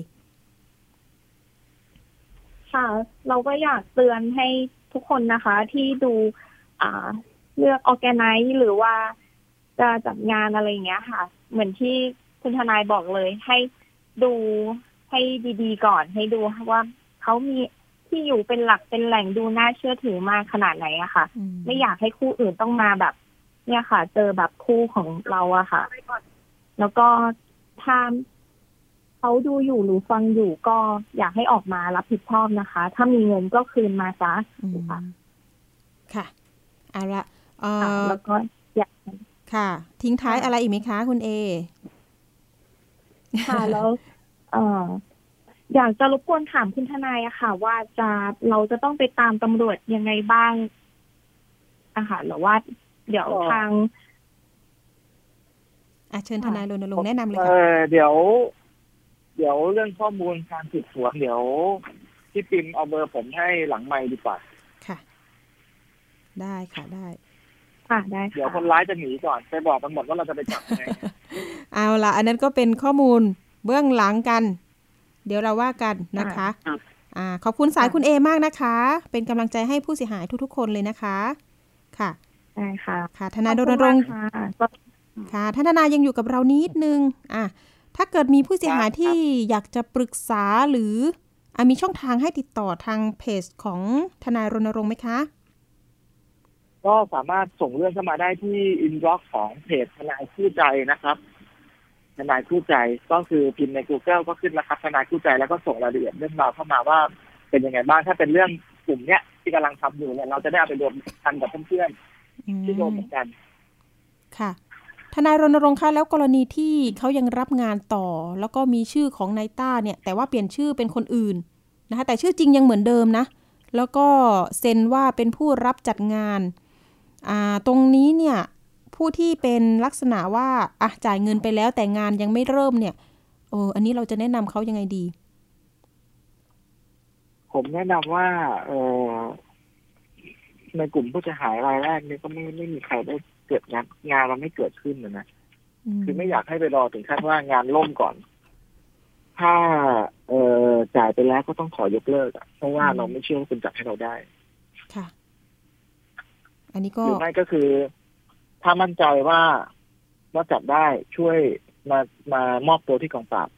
ค่ะเราก็อยากเตือนให้ทุกคนนะคะที่ดูอ่าเลือกออร์แกไนซ์หรือว่าจะจัดงานอะไรอย่างเงี้ยค่ะเหมือนที่คุณทนายบอกเลยให้ดูให้ดีๆก่อนให้ดูว่าเขามีที่อยู่เป็นหลักเป็นแหล่งดูน่าเชื่อถือมากขนาดไหนอะค่ะไม่อยากให้คู่อื่นต้องมาแบบเนี่ยค่ะเจอแบบคู่ของเราอะค่ะแล้วก็ถ้าเขาดูอยู่หรือฟังอยู่ก็อยากให้ออกมารับผิดชอบนะคะถ้ามีเงินก็คืนมาจ้ะค่ะค่ะเอาละเอ่อแล้วก็อยากค่ะทิ้งท้ายอะไรอีกไหมคะคุณเอค่ะแล้วเอ่ออยากจะรบกวนถามคุณทนายอะค่ะว่าจะเราจะต้องไปตามตำรวจยังไงบ้างอนะคะหรือว่าเดี๋ยวทางอ่ะเชิญทนายรณรงค์แนะนำเลยค่ะเดี๋ยวเดี๋ยวเรื่องข้อมูลการสืบสวนเดี๋ยวพี่ปิมเอาเบอร์ผมให้หลังไมค์ดีกว่าค่ะได้ค่ะได้ค่ะได้เดี๋ยวคนร้ายจะหนีก่อนไปบอกกันหมดว่าเราจะไปจับไงเอาละอันนั้นก็เป็นข้อมูลเบื้องหลังกันเดี๋ยวเราว่ากันนะคะอ่าขอบคุณสายคุณเอมากนะคะเป็นกำลังใจให้ผู้เสียหายทุกๆคนเลยนะคะค่ะได้ค่ะค่ะทนายรณรงค์ค่ะท่านทนายยังอยู่กับเรานิดนึงอ่ะถ้าเกิดมีผู้เสียหายที่อยากจะปรึกษาหรืออ่ะมีช่องทางให้ติดต่อทางเพจของทนายรณรงค์ไหมคะก็สามารถส่งเรื่องเข้ามาได้ที่อินบ็อกซ์ของเพจทนายคู่ใจนะครับทนายคู่ใจก็คือพิมพ์ใน Google ก็ขึ้นแล้วครับทนายคู่ใจแล้วก็ส่งรายละเอียดเรื่องราวเข้ามาว่าเป็นยังไงบ้างถ้าเป็นเรื่องกลุ่มเนี้ยที่กำลังทำอยู่เนี่ยเราจะได้เอาไปรวมกันกับเพื่อนๆที่โดนเหมือนกันค่ะทนายรณรงค์คะแล้วกรณีที่เขายังรับงานต่อแล้วก็มีชื่อของนายต้าเนี่ยแต่ว่าเปลี่ยนชื่อเป็นคนอื่นนะคะแต่ชื่อจริงยังเหมือนเดิมนะแล้วก็เซ็นว่าเป็นผู้รับจัดงานอ่าตรงนี้เนี่ยผู้ที่เป็นลักษณะว่าอ่ะจ่ายเงินไปแล้วแต่งานยังไม่เริ่มเนี่ยเอออันนี้เราจะแนะนำเขายังไงดีผมแนะนำว่าเออในกลุ่มผู้เสียหายรายแรกนี่ก็ไม่ไม่มีใครได้เกิดงานงานมันไม่เกิดขึ้นนะนะคือไม่อยากให้ไปรอถึงขั้นว่างานล่มก่อนถ้าเออจ่ายไปแล้วก็ต้องขอยกเลิกอ่ะเพราะว่าเราไม่เชื่อว่าคุณจัดให้เราได้ค่ะอันนี้ก็หรือไม่ก็คือถ้ามั่นใจว่าว่าจับได้ช่วยมามามอบตัวที่กองปราบ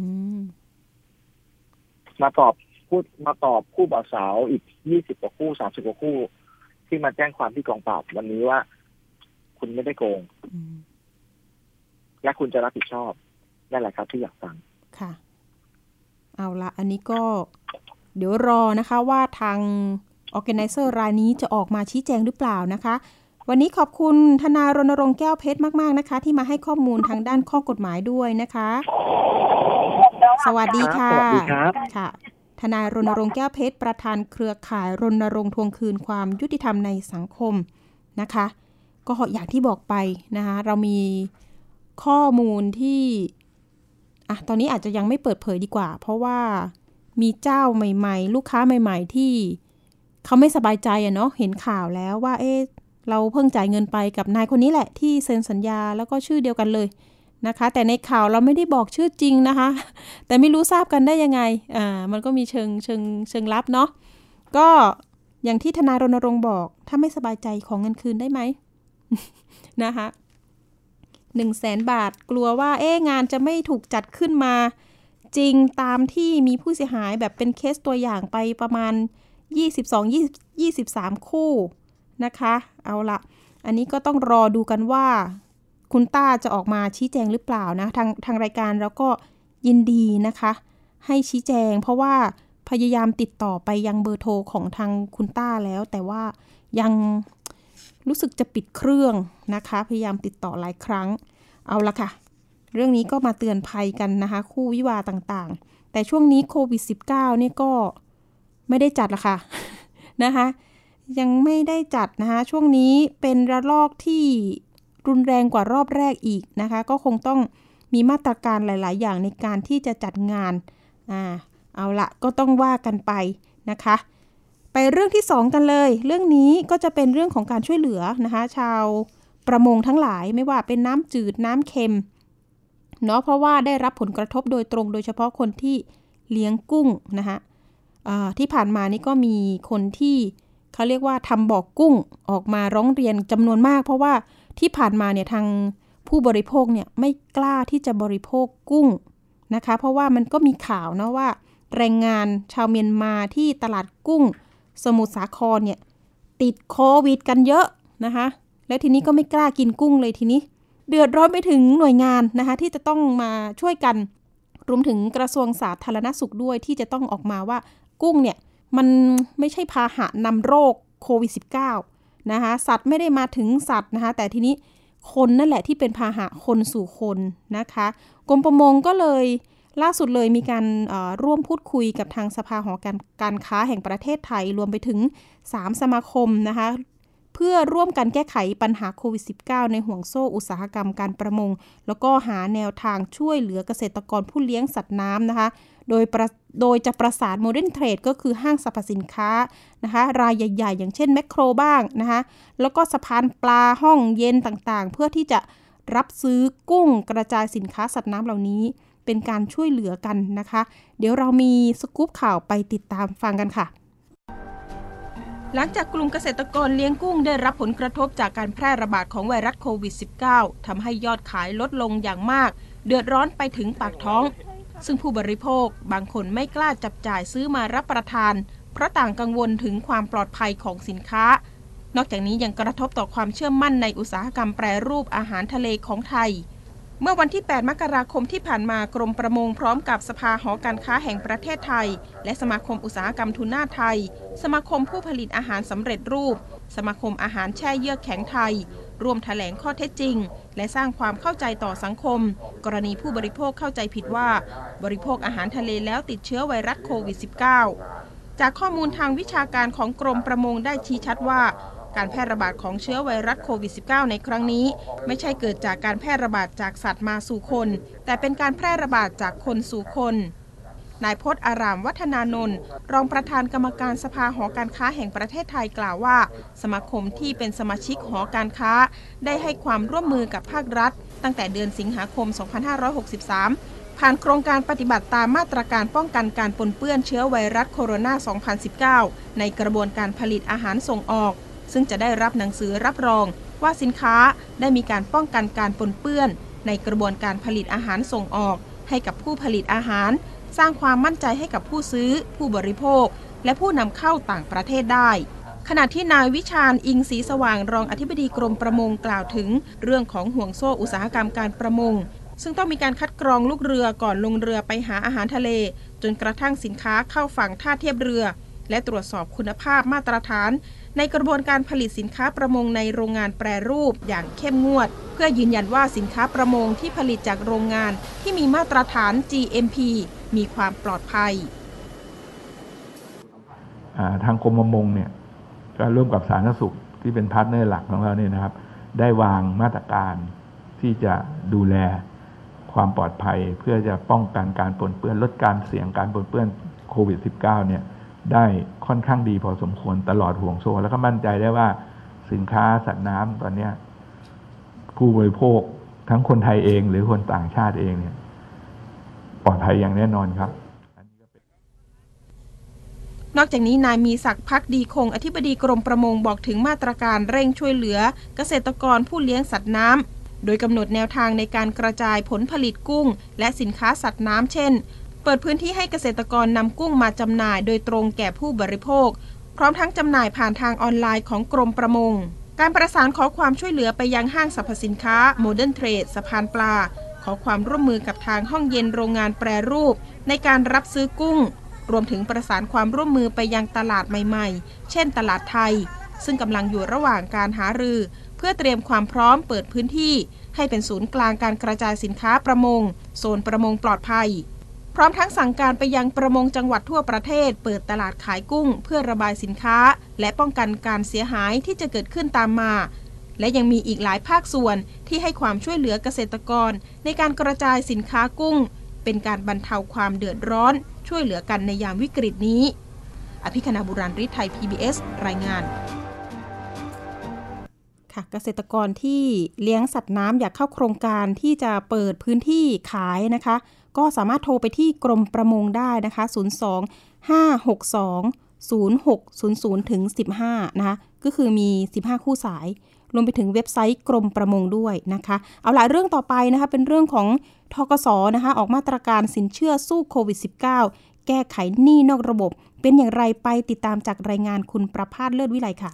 มาตอบพูดมาตอบคู่บ่าวสาวอีกยี่สิบกว่าคู่สามสิบกว่าคู่ที่มาแจ้งความที่กองปราบวันนี้ว่าคุณไม่ได้โกงและคุณจะรับผิดชอบนั่นแหละครับที่อยากฟังค่ะเอาละอันนี้ก็เดี๋ยวรอนะคะว่าทาง organizer รายนี้จะออกมาชี้แจงหรือเปล่านะคะวันนี้ขอบคุณทนายรณรงค์แก้วเพชรมากๆนะคะที่มาให้ข้อมูลทางด้านข้อกฎหมายด้วยนะคะสวัสดีค่ะสวัสดีครับค่ะทนายรณรงค์แก้วเพชรประธานเครือข่ายรณรงค์ทวงคืนความยุติธรรมในสังคมนะคะก็อย่างที่บอกไปนะคะเรามีข้อมูลที่อ่ะตอนนี้อาจจะยังไม่เปิดเผยดีกว่าเพราะว่ามีเจ้าใหม่ๆลูกค้าใหม่ๆที่เขาไม่สบายใจอ่ะเนาะเห็นข่าวแล้วว่าเอ๊ะเราเพิ่งจ่ายเงินไปกับนายคนนี้แหละที่เซ็นสัญญาแล้วก็ชื่อเดียวกันเลยนะคะแต่ในข่าวเราไม่ได้บอกชื่อจริงนะคะแต่ไม่รู้ทราบกันได้ยังไงอ่ามันก็มีเชิงเชิงเชิงลับเนาะก็อย่างที่ทนายรณรงค์บอกถ้าไม่สบายใจของเงินคืนได้ไหม นะคะหนึ่งแสนบาทกลัวว่าเอ๊ะงานจะไม่ถูกจัดขึ้นมาจริงตามที่มีผู้เสียหายแบบเป็นเคสตัวอย่างไปประมาณยี่สิบสอง ยี่สิบ ยี่สิบสามคู่นะคะเอาละอันนี้ก็ต้องรอดูกันว่าคุณต้าจะออกมาชี้แจงหรือเปล่านะทางทางรายการเราก็ยินดีนะคะให้ชี้แจงเพราะว่าพยายามติดต่อไปยังเบอร์โทรของทางคุณต้าแล้วแต่ว่ายังรู้สึกจะปิดเครื่องนะคะพยายามติดต่อหลายครั้งเอาละค่ะเรื่องนี้ก็มาเตือนภัยกันนะคะคู่วิวาต่างๆแต่ช่วงนี้โควิด สิบเก้า นี่ก็ไม่ได้จัดละค่ะนะคะยังไม่ได้จัดนะคะช่วงนี้เป็นระลอกที่รุนแรงกว่ารอบแรกอีกนะคะก็คงต้องมีมาตรการหลายๆอย่างในการที่จะจัดงานอ่าเอาละก็ต้องว่ากันไปนะคะไปเรื่องที่สองกันเลยเรื่องนี้ก็จะเป็นเรื่องของการช่วยเหลือนะคะชาวประมงทั้งหลายไม่ว่าเป็นน้ำจืดน้ำเค็มเนาะเพราะว่าได้รับผลกระทบโดยตรงโดยเฉพาะคนที่เลี้ยงกุ้งนะคะอ่าที่ผ่านมานี่ก็มีคนที่เขาเรียกว่าทำบ่อกุ้งออกมาร้องเรียนจำนวนมากเพราะว่าที่ผ่านมาเนี่ยทางผู้บริโภคเนี่ยไม่กล้าที่จะบริโภคกุ้งนะคะเพราะว่ามันก็มีข่าวนะว่าแรงงานชาวเมียนมาที่ตลาดกุ้งสมุทรสาครเนี่ยติดโควิดกันเยอะนะคะแล้วทีนี้ก็ไม่กล้ากินกุ้งเลยทีนี้เดือดร้อนไปถึงหน่วยงานนะคะที่จะต้องมาช่วยกันรวมถึงกระทรวงสาธารณสุขด้วยที่จะต้องออกมาว่ากุ้งเนี่ยมันไม่ใช่พาหะนำโรคโควิด สิบเก้า นะคะสัตว์ไม่ได้มาถึงสัตว์นะคะแต่ทีนี้คนนั่นแหละที่เป็นพาหะคนสู่คนนะคะกรมประมงก็เลยล่าสุดเลยมีการร่วมพูดคุยกับทางสภาหอการการค้าแห่งประเทศไทยรวมไปถึงสามสมาคมนะคะเพื่อร่วมกันแก้ไขปัญหาโควิด สิบเก้า ในห่วงโซ่อุตสาหกรรมการประมงแล้วก็หาแนวทางช่วยเหลือเกษตรกรผู้เลี้ยงสัตว์น้ำนะคะโดยโดยจะประสานโมเดิร์นเทรดก็คือห้างสรรพสินค้านะคะรายใหญ่ๆอย่างเช่นแมคโครบ้างนะคะแล้วก็สะพานปลาห้องเย็นต่างๆเพื่อที่จะรับซื้อกุ้งกระจายสินค้าสัตว์น้ำเหล่านี้เป็นการช่วยเหลือกันนะคะเดี๋ยวเรามีสกู๊ปข่าวไปติดตามฟังกันค่ะหลังจากกลุ่มเกษตรกรเลี้ยงกุ้งได้รับผลกระทบจากการแพร่ระบาดของไวรัสโควิด สิบเก้า ทำให้ยอดขายลดลงอย่างมากเดือดร้อนไปถึงปากท้องซึ่งผู้บริโภคบางคนไม่กล้าจับจ่ายซื้อมารับประทานเพราะต่างกังวลถึงความปลอดภัยของสินค้านอกจากนี้ยังกระทบต่อความเชื่อมั่นในอุตสาหกรรมแปรรูปอาหารทะเลของไทยเมื่อวันที่แปดมกราคมที่ผ่านมากรมประมงพร้อมกับสภาหอการค้าแห่งประเทศไทยและสมาคมอุตสาหกรรมทูน่าไทยสมาคมผู้ผลิตอาหารสำเร็จรูปสมาคมอาหารแช่เยือกแข็งไทยร่วมแถลงข้อเท็จจริงและสร้างความเข้าใจต่อสังคมกรณีผู้บริโภคเข้าใจผิดว่าบริโภคอาหารทะเลแล้วติดเชื้อไวรัสโควิด สิบเก้า จากข้อมูลทางวิชาการของกรมประมงได้ชี้ชัดว่าการแพร่ระบาดของเชื้อไวรัสโควิด สิบเก้า ในครั้งนี้ไม่ใช่เกิดจากการแพร่ระบาดจากสัตว์มาสู่คนแต่เป็นการแพร่ระบาดจากคนสู่คนนายพจน์อารามวัฒนานนท์รองประธานกรรมการสภาหอการค้าแห่งประเทศไทยกล่าวว่าสมาคมที่เป็นสมาชิกหอการค้าได้ให้ความร่วมมือกับภาครัฐตั้งแต่เดือนสิงหาคม สองพันห้าร้อยหกสิบสาม ผ่านโครงการปฏิบัติตามมาตรการป้องกันการปนเปื้อนเชื้อไวรัสโคโรนา สองพันสิบเก้า ในกระบวนการผลิตอาหารส่งออกซึ่งจะได้รับหนังสือรับรองว่าสินค้าได้มีการป้องกันการปนเปื้อนในกระบวนการผลิตอาหารส่งออกให้กับผู้ผลิตอาหารสร้างความมั่นใจให้กับผู้ซื้อผู้บริโภคและผู้นำเข้าต่างประเทศได้ขณะที่นายวิชาญอิงศรีสว่างรองอธิบดีกรมประมงกล่าวถึงเรื่องของห่วงโซ่อุตสาหกรรมการประมงซึ่งต้องมีการคัดกรองลูกเรือก่อนลงเรือไปหาอาหารทะเลจนกระทั่งสินค้าเข้าฝั่งท่าเทียบเรือและตรวจสอบคุณภาพมาตรฐานในกระบวนการผลิตสินค้าประมงในโรงงานแปรรูปอย่างเข้มงวดเพื่อยืนยันว่าสินค้าประมงที่ผลิตจากโรงงานที่มีมาตรฐาน จี เอ็ม พี มีความปลอดภัยทางกรมประมงเนี่ยก็ร่วมกับสาธารณสุขที่เป็นพาร์ทเนอร์หลักของเราเนี่ยนะครับได้วางมาตรการที่จะดูแลความปลอดภัยเพื่อจะป้องกันการปนเปื้อนลดการเสี่ยงการปนเปื้อนโควิด สิบเก้า เนี่ยได้ค่อนข้างดีพอสมควรตลอดห่วงโซ่แล้วก็มั่นใจได้ว่าสินค้าสัตว์น้ำตอนนี้ผู้บริโภคทั้งคนไทยเองหรือคนต่างชาติเองเนี่ยปลอดภัยอย่างแน่นอนครับนอกจากนี้นายมีศักดิ์ภักดีคงอธิบดีกรมประมงบอกถึงมาตรการเร่งช่วยเหลือเกษตรกรผู้เลี้ยงสัตว์น้ำโดยกำหนดแนวทางในการกระจายผลผลิตกุ้งและสินค้าสัตว์น้ำเช่นเปิดพื้นที่ให้เกษตรกรนำกุ้งมาจำหน่ายโดยตรงแก่ผู้บริโภคพร้อมทั้งจำหน่ายผ่านทางออนไลน์ของกรมประมงการประสานขอความช่วยเหลือไปยังห้างสรรพสินค้าโมเดิร์นเทรดสะพานปลาขอความร่วมมือกับทางห้องเย็นโรงงานแปรรูปในการรับซื้อกุ้งรวมถึงประสานความร่วมมือไปยังตลาดใหม่ๆเช่นตลาดไทยซึ่งกำลังอยู่ระหว่างการหารือเพื่อเตรียมความพร้อมเปิดพื้นที่ให้เป็นศูนย์กลางการกระจายสินค้าประมงโซนประมงปลอดภัยพร้อมทั้งสั่งการไปยังประมงจังหวัดทั่วประเทศเปิดตลาดขายกุ้งเพื่อระบายสินค้าและป้องกันการเสียหายที่จะเกิดขึ้นตามมาและยังมีอีกหลายภาคส่วนที่ให้ความช่วยเหลือเกษตรกรในการกระจายสินค้ากุ้งเป็นการบรรเทาความเดือดร้อนช่วยเหลือกันในยามวิกฤตนี้อภิคณาบุราริศไทย พี บี เอส รายงานค่ะเกษตรกรที่เลี้ยงสัตว์น้ำอยากเข้าโครงการที่จะเปิดพื้นที่ขายนะคะก็สามารถโทรไปที่กรมประมงได้นะคะศูนย์ สอง ห้า หก สอง ศูนย์ หก ศูนย์ ศูนย์ ถึง สิบห้านะคะก็คือมีสิบห้าคู่สายรวมไปถึงเว็บไซต์กรมประมงด้วยนะคะเอาล่ะเรื่องต่อไปนะคะเป็นเรื่องของธกส.นะคะออกมาตรการสินเชื่อสู้โควิด สิบเก้า แก้ไขหนี้นอกระบบเป็นอย่างไรไปติดตามจากรายงานคุณประภาสเลิศวิไลค่ะ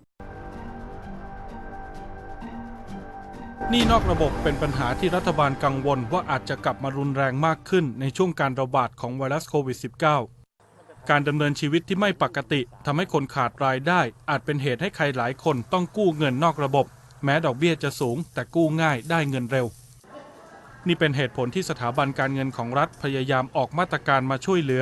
หนี้นอกระบบเป็นปัญหาที่รัฐบาลกังวลว่าอาจจะกลับมารุนแรงมากขึ้นในช่วงการระบาดของไวรัสโควิด สิบเก้า การดำเนินชีวิตที่ไม่ปกติทำให้คนขาดรายได้อาจเป็นเหตุให้ใครหลายคนต้องกู้เงินนอกระบบแม้ดอกเบี้ยจะสูงแต่กู้ง่ายได้เงินเร็วนี่เป็นเหตุผลที่สถาบันการเงินของรัฐพยายามออกมาตรการมาช่วยเหลือ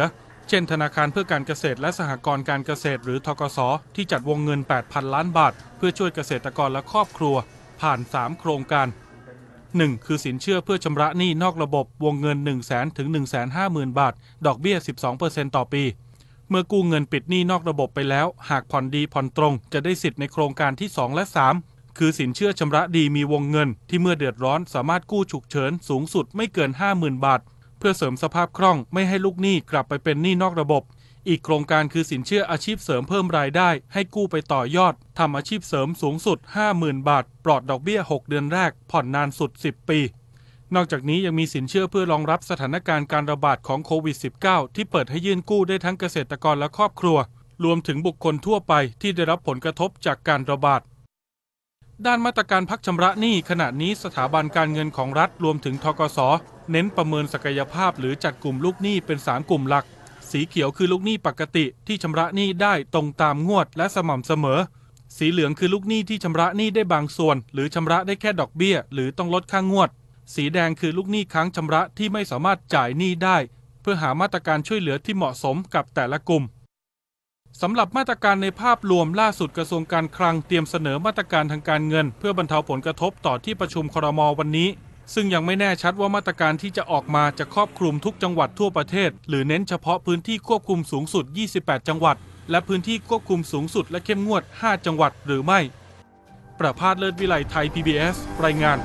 เช่นธนาคารเพื่อการเกษตรและสหกรณ์การเกษตรหรือธกส.ที่จัดวงเงิน แปดพัน ล้านบาทเพื่อช่วยเกษตรกรและครอบครัวผ่านสามโครงการ หนึ่ง คือสินเชื่อเพื่อชำระหนี้นอกระบบวงเงิน หนึ่งแสน ถึง หนึ่งแสนห้าหมื่น บาทดอกเบี้ย สิบสองเปอร์เซ็นต์ ต่อปีเมื่อกู้เงินปิดหนี้นอกระบบไปแล้วหากผ่อนดีผ่อนตรงจะได้สิทธิ์ในโครงการที่สองและสามคือสินเชื่อชำระดีมีวงเงินที่เมื่อเดือดร้อนสามารถกู้ฉุกเฉินสูงสุดไม่เกิน ห้าหมื่น บาทเพื่อเสริมสภาพคล่องไม่ให้ลูกหนี้กลับไปเป็นหนี้นอกระบบอีกโครงการคือสินเชื่ออาชีพเสริมเพิ่มรายได้ให้กู้ไปต่อยอดทำอาชีพเสริมสูงสุด ห้าหมื่น บาทปลอดดอกเบี้ยหกเดือนแรกผ่อนนานสุดสิบปีนอกจากนี้ยังมีสินเชื่อเพื่อรองรับสถานการณ์การระบาดของโควิด สิบเก้า ที่เปิดให้ยื่นกู้ได้ทั้งเกษตรกรและครอบครัวรวมถึงบุคคลทั่วไปที่ได้รับผลกระทบจากการระบาดด้านมาตรการพักชำระหนี้ขณะนี้สถาบันการเงินของรัฐรวมถึงธกส.เน้นประเมินศักยภาพหรือจัดกลุ่มลูกหนี้เป็นสามกลุ่มหลักสีเขียวคือลูกหนี้ปกติที่ชำระหนี้ได้ตรงตามงวดและสม่ำเสมอสีเหลืองคือลูกหนี้ที่ชำระหนี้ได้บางส่วนหรือชำระได้แค่ดอกเบี้ยหรือต้องลดค่างวดสีแดงคือลูกหนี้ค้างชำระที่ไม่สามารถจ่ายหนี้ได้เพื่อหามาตรการช่วยเหลือที่เหมาะสมกับแต่ละกลุ่มสำหรับมาตรการในภาพรวมล่าสุดกระทรวงการคลังเตรียมเสนอมาตรการทางการเงินเพื่อบรรเทาผลกระทบต่อที่ประชุมครม.วันนี้ซึ่งยังไม่แน่ชัดว่ามาตรการที่จะออกมาจะครอบคลุมทุกจังหวัดทั่วประเทศหรือเน้นเฉพาะพื้นที่ควบคุมสูงสุดยี่สิบแปดจังหวัดและพื้นที่ควบคุมสูงสุดและเข้มงวดห้าจังหวัดหรือไม่ประภาส เลิศวิไลไทย พี บี เอส รายงาน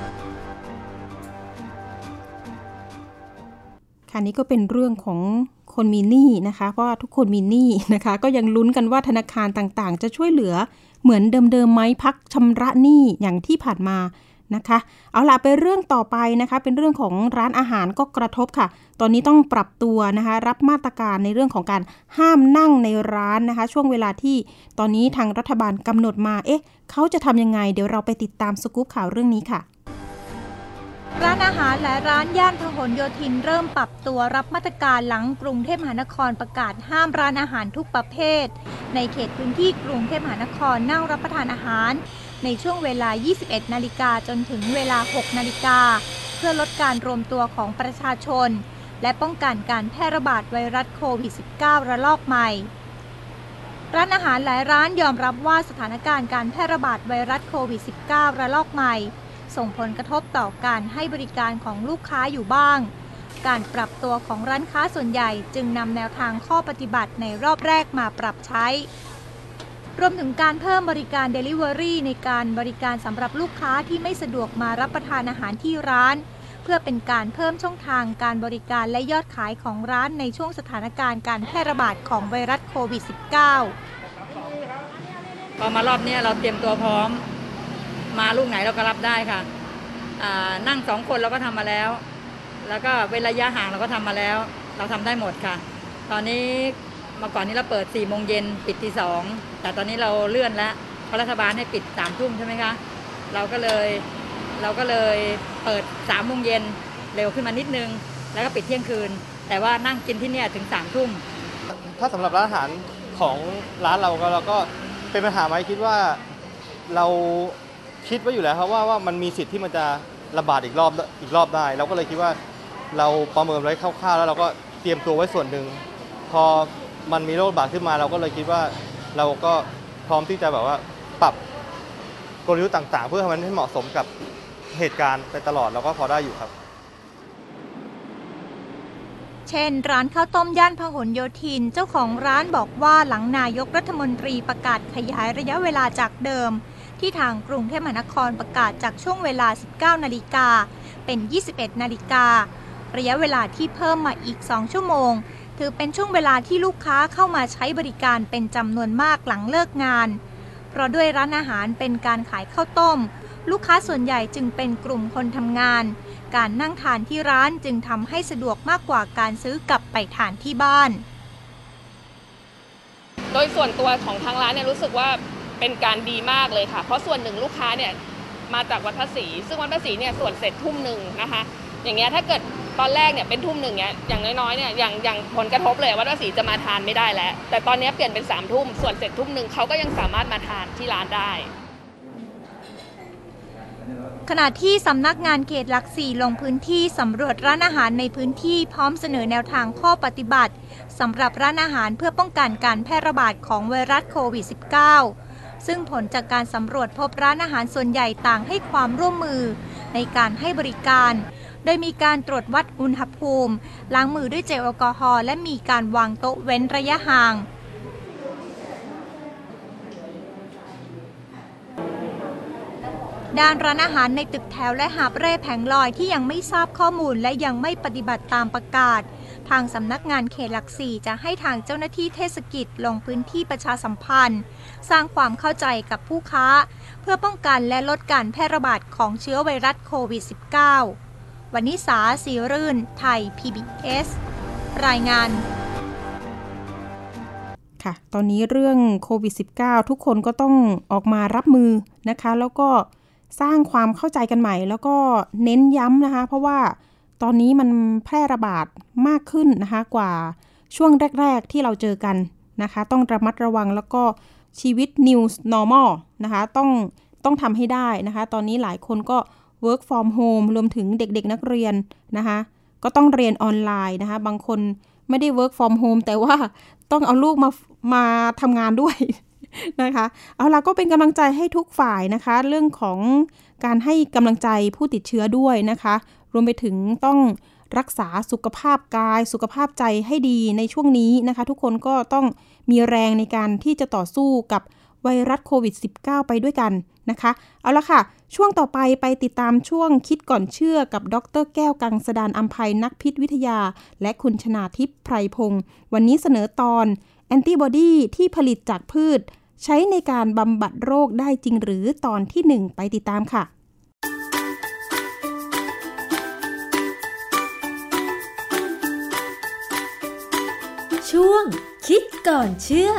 ค่ะนี้ก็เป็นเรื่องของคนมีหนี้นะคะเพราะว่าทุกคนมีหนี้นะคะก็ยังลุ้นกันว่าธนาคารต่างๆจะช่วยเหลือเหมือนเดิมๆไหมพักชำระหนี้อย่างที่ผ่านมานะคะเอาล่ะไปเรื่องต่อไปนะคะเป็นเรื่องของร้านอาหารก็กระทบค่ะตอนนี้ต้องปรับตัวนะคะรับมาตรการในเรื่องของการห้ามนั่งในร้านนะคะช่วงเวลาที่ตอนนี้ทางรัฐบาลกำหนดมาเอ๊ะเขาจะทำยังไงเดี๋ยวเราไปติดตามสกู๊ปข่าวเรื่องนี้ค่ะร้านอาหารและร้านย่านพหลโยธินเริ่มปรับตัวรับมาตรการหลังกรุงเทพมหานครประกาศห้ามร้านอาหารทุกประเภทในเขตพื้นที่กรุงเทพมหานครนั่งรับประทานอาหารในช่วงเวลา ยี่สิบเอ็ดนาฬิกาจนถึงเวลา หกนาฬิกาเพื่อลดการรวมตัวของประชาชนและป้องกันการแพร่ระบาดไวรัสโควิด สิบเก้า ระลอกใหม่ร้านอาหารหลายร้านยอมรับว่าสถานการณ์การแพร่ระบาดไวรัสโควิด สิบเก้า ระลอกใหม่ส่งผลกระทบต่อการให้บริการของลูกค้าอยู่บ้างการปรับตัวของร้านค้าส่วนใหญ่จึงนำแนวทางข้อปฏิบัติในรอบแรกมาปรับใช้รวมถึงการเพิ่มบริการ Delivery ในการบริการสำหรับลูกค้าที่ไม่สะดวกมารับประทานอาหารที่ร้านเพื่อเป็นการเพิ่มช่องทางการบริการและยอดขายของร้านในช่วงสถานการณ์การแพร่ระบาดของไวรัสโควิด สิบเก้าพอมารอบนี้เราเตรียมตัวพร้อมมาลูกไหนเราก็รับได้ค่ะนั่งสองคนเราก็ทำมาแล้วแล้วก็เว้นระยะห่างเราก็ทำมาแล้วเราทำได้หมดค่ะตอนนี้เมื่อก่อนนี้เราเปิดสี่โมงเย็นปิดตีสองแต่ตอนนี้เราเลื่อนแล้วเพราะรัฐบาลให้ปิดสามทุ่มใช่ไหมคะเราก็เลยเราก็เลยเปิดสามโมงเย็นเร็วขึ้นมานิดนึงแล้วก็ปิดเที่ยงคืนแต่ว่านั่งกินที่นี่ถึงสามทุ่มถ้าสำหรับร้านอาหารของร้านเราก็เราก็เป็นปัญหาไหมคิดว่าเราคิดไว้อยู่แล้วครับว่าว่ามันมีสิทธิ์ที่มันจะระบาดอีกรอบอีกรอบได้เราก็เลยคิดว่าเราประเมินไว้คร่าวๆแล้วเราก็เตรียมตัวไว้ส่วนหนึ่งพอมันมีโรคระบาดขึ้นมาเราก็เลยคิดว่าเราก็พร้อมที่จะแบบว่าปรับกลยุทธ์ต่างๆเพื่อให้มันให้เหมาะสมกับเหตุการณ์ไปตลอดเราก็พอได้อยู่ครับเช่นร้านข้าวต้มย่านพหลโยธินเจ้าของร้านบอกว่าหลังนายกรัฐมนตรีประกาศขยายระยะเวลาจากเดิมที่ทางกรุงเทพมหานครประกาศจากช่วงเวลา สิบเก้านาฬิกาเป็น ยี่สิบเอ็ดนาฬิการะยะเวลาที่เพิ่มมาอีกสองชั่วโมงถือเป็นช่วงเวลาที่ลูกค้าเข้ามาใช้บริการเป็นจำนวนมากหลังเลิกงานเพราะด้วยร้านอาหารเป็นการขายข้าวต้มลูกค้าส่วนใหญ่จึงเป็นกลุ่มคนทำงานการนั่งทานที่ร้านจึงทำให้สะดวกมากกว่าการซื้อกลับไปทานที่บ้านโดยส่วนตัวของทางร้านเนี่ยรู้สึกว่าเป็นการดีมากเลยค่ะเพราะส่วนหนึ่งลูกค้าเนี่ยมาจากวัดพระศรีซึ่งวัดพระศรีเนี่ยส่วนเสร็จทุ่มหนึ่งนะคะอย่างเงี้ยถ้าเกิดตอนแรกเนี่ยเป็นทุ่มหนึ่งเนี่ยอย่างน้อยๆเนี่ยอย่างอย่างผลกระทบเลยวัดพระศรีจะมาทานไม่ได้แล้วแต่ตอนนี้เปลี่ยนเป็นสามทุ่มส่วนเสร็จทุ่มหนึ่งเขาก็ยังสามารถมาทานที่ร้านได้ขณะที่สำนักงานเขตหลักสี่ลงพื้นที่สำรวจร้านอาหารในพื้นที่พร้อมเสนอแนวทางข้อปฏิบัติสำหรับร้านอาหารเพื่อป้องกันการแพร่ระบาดของไวรัสโควิด สิบเก้า ซึ่งผลจากการสำรวจพบร้านอาหารส่วนใหญ่ต่างให้ความร่วมมือในการให้บริการโดยมีการตรวจวัดอุณหภูมิล้างมือด้วยเจลแอลกอฮอล์และมีการวางโต๊ะเว้นระยะห่างด้านร้านอาหารในตึกแถวและหาบเร่แผงลอยที่ยังไม่ทราบข้อมูลและยังไม่ปฏิบัติตามประกาศทางสำนักงานเขตหลักสี่จะให้ทางเจ้าหน้าที่เทศกิจลงพื้นที่ประชาสัมพันธ์สร้างความเข้าใจกับผู้ค้าเพื่อป้องกันและลดการแพร่ระบาดของเชื้อไวรัสโควิด สิบเก้า วณิษา ศรีรื่น ไทย พี บี เอส รายงานค่ะตอนนี้เรื่องโควิด สิบเก้า ทุกคนก็ต้องออกมารับมือนะคะแล้วก็สร้างความเข้าใจกันใหม่แล้วก็เน้นย้ำนะคะเพราะว่าตอนนี้มันแพร่ระบาดมากขึ้นนะคะกว่าช่วงแรกๆที่เราเจอกันนะคะต้องระมัดระวังแล้วก็ชีวิต New Normal นะคะต้องต้องทำให้ได้นะคะตอนนี้หลายคนก็ work from home รวมถึงเด็กๆนักเรียนนะคะก็ต้องเรียนออนไลน์นะคะบางคนไม่ได้ work from home แต่ว่าต้องเอาลูกมามาทำงานด้วยนะคะเอาล่ะก็เป็นกำลังใจให้ทุกฝ่ายนะคะเรื่องของการให้กำลังใจผู้ติดเชื้อด้วยนะคะรวมไปถึงต้องรักษาสุขภาพกายสุขภาพใจให้ดีในช่วงนี้นะคะทุกคนก็ต้องมีแรงในการที่จะต่อสู้กับไวรัสโควิด สิบเก้า ไปด้วยกันนะคะเอาละค่ะช่วงต่อไปไปติดตามช่วงคิดก่อนเชื่อกับดร.แก้วกังสดาลอำไพนักพิษวิทยาและคุณชนาทิพย์ไพรพงศ์วันนี้เสนอตอนแอนติบอดีที่ผลิตจากพืชใช้ในการบำบัดโรคได้จริงหรือตอนที่หนึ่งไปติดตามค่ะช่วงคิดก่อนเชื่อ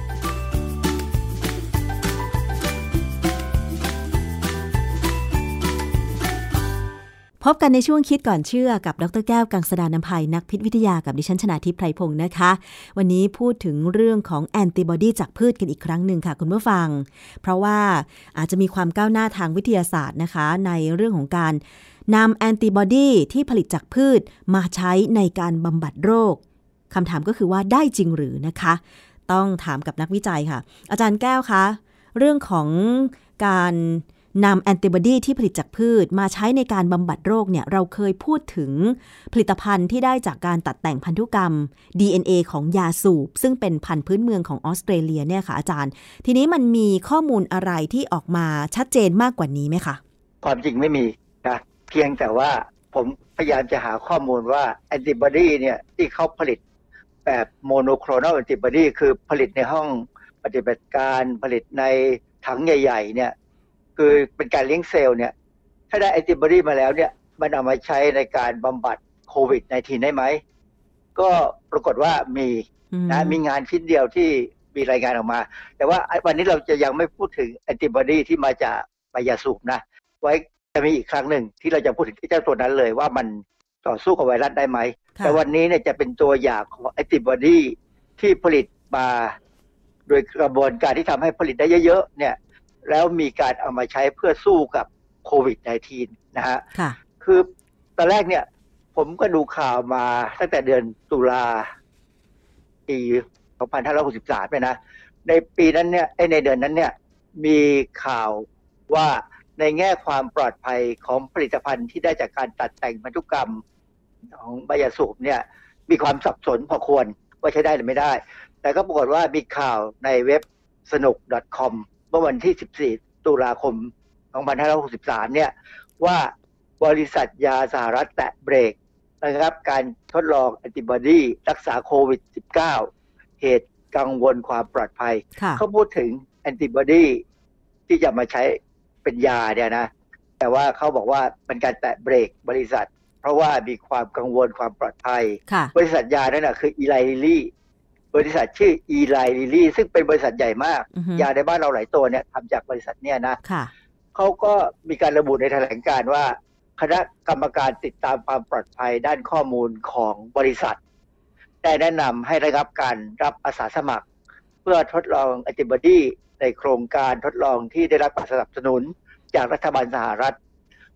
พบกันในช่วงคิดก่อนเชื่อกับดร.แก้วกังสดาลอำไพนักพิษวิทยากับดิฉันชนาทิพย์ไพรพงศ์นะคะวันนี้พูดถึงเรื่องของแอนติบอดีจากพืชกันอีกครั้งหนึ่งค่ะคุณผู้ฟังเพราะว่าอาจจะมีความก้าวหน้าทางวิทยาศาสตร์นะคะในเรื่องของการนำแอนติบอดีที่ผลิตจากพืชมาใช้ในการบำบัดโรคคำถามก็คือว่าได้จริงหรือนะคะต้องถามกับนักวิจัยค่ะอาจารย์แก้วคะเรื่องของการนำแอนติบอดีที่ผลิตจากพืชมาใช้ในการบำบัดโรคเนี่ยเราเคยพูดถึงผลิตภัณฑ์ที่ได้จากการตัดแต่งพันธุกรรม ดี เอ็น เอ ของยาสูบซึ่งเป็นพันธุ์พื้นเมืองของออสเตรเลียเนี่ยค่ะอาจารย์ทีนี้มันมีข้อมูลอะไรที่ออกมาชัดเจนมากกว่านี้ไหมคะความจริงไม่มีนะเพียงแต่ว่าผมพยายามจะหาข้อมูลว่าแอนติบอดีเนี่ยที่เขาผลิตแบบโมโนโคลนอลแอนติบอดีคือผลิตในห้องปฏิบัติการผลิตในถังใหญ่ๆเนี่ยคือเป็นการเลี้ยงเซลล์เนี่ยถ้าได้แอนติบอดีมาแล้วเนี่ยมันเอามาใช้ในการบำบัดโควิด สิบเก้า ได้ไหมก็ปรากฏว่ามีนะมีงานชิ้นเดียวที่มีรายงานออกมาแต่ว่าวันนี้เราจะยังไม่พูดถึงแอนติบอดีที่มาจากใบยาสูบนะไว้จะมีอีกครั้งหนึ่งที่เราจะพูดถึงเจ้าตัวนั้นเลยว่ามันต่อสู้กับไวรัสได้ไหมแต่วันนี้เนี่ยจะเป็นตัวอย่างของแอนติบอดีที่ผลิตมาโดยกระบวนการที่ทำให้ผลิตได้เยอะๆเนี่ยแล้วมีการเอามาใช้เพื่อสู้กับโควิด สิบเก้า นะฮะคือตอนแรกเนี่ยผมก็ดูข่าวมาตั้งแต่เดือนตุลาปีสองพันห้าร้อยหกสิบสามเนี่ยนะในปีนั้นเนี่ยในเดือนนั้นเนี่ยมีข่าวว่าในแง่ความปลอดภัยของผลิตภัณฑ์ที่ได้จากการตัดแต่งพันธุกรรมของใบยาสูบเนี่ยมีความสับสนพอควรว่าใช้ได้หรือไม่ได้แต่ก็ปรากฏว่ามีข่าวในเว็บสนุก .com เมื่อวันที่สิบสี่ตุลาคมสองพันห้าร้อยหกสิบสามเนี่ยว่าบริษัทยาสหรัฐแตะเบรกนะครับการทดลองแอนติบอดีรักษาโควิด สิบเก้า เหตุกังวลความปลอดภัยเขาพูดถึงแอนติบอดีที่จะมาใช้เป็นยาเนี่ยนะแต่ว่าเขาบอกว่าเป็นการแตะเบรกบริษัทเพราะว่ามีความกังวลความปลอดภัยบริษัทยานั่นนะคืออีไลลี่บริษัทชื่ออีไลลี่ซึ่งเป็นบริษัทใหญ่มาก uh-huh. ยาในบ้านเราหลายตัวเนี่ยทำจากบริษัทเนี่ยนะเขาก็มีการระบุในแถลงการณ์ว่าคณะกรรมการติดตามความปลอดภัยด้านข้อมูลของบริษัทได้แนะนำให้ระงับการรับอาสาสมัครเพื่อทดลองแอนติบอดีในโครงการทดลองที่ได้รับการสนับสนุนจากรัฐบาลสหรัฐ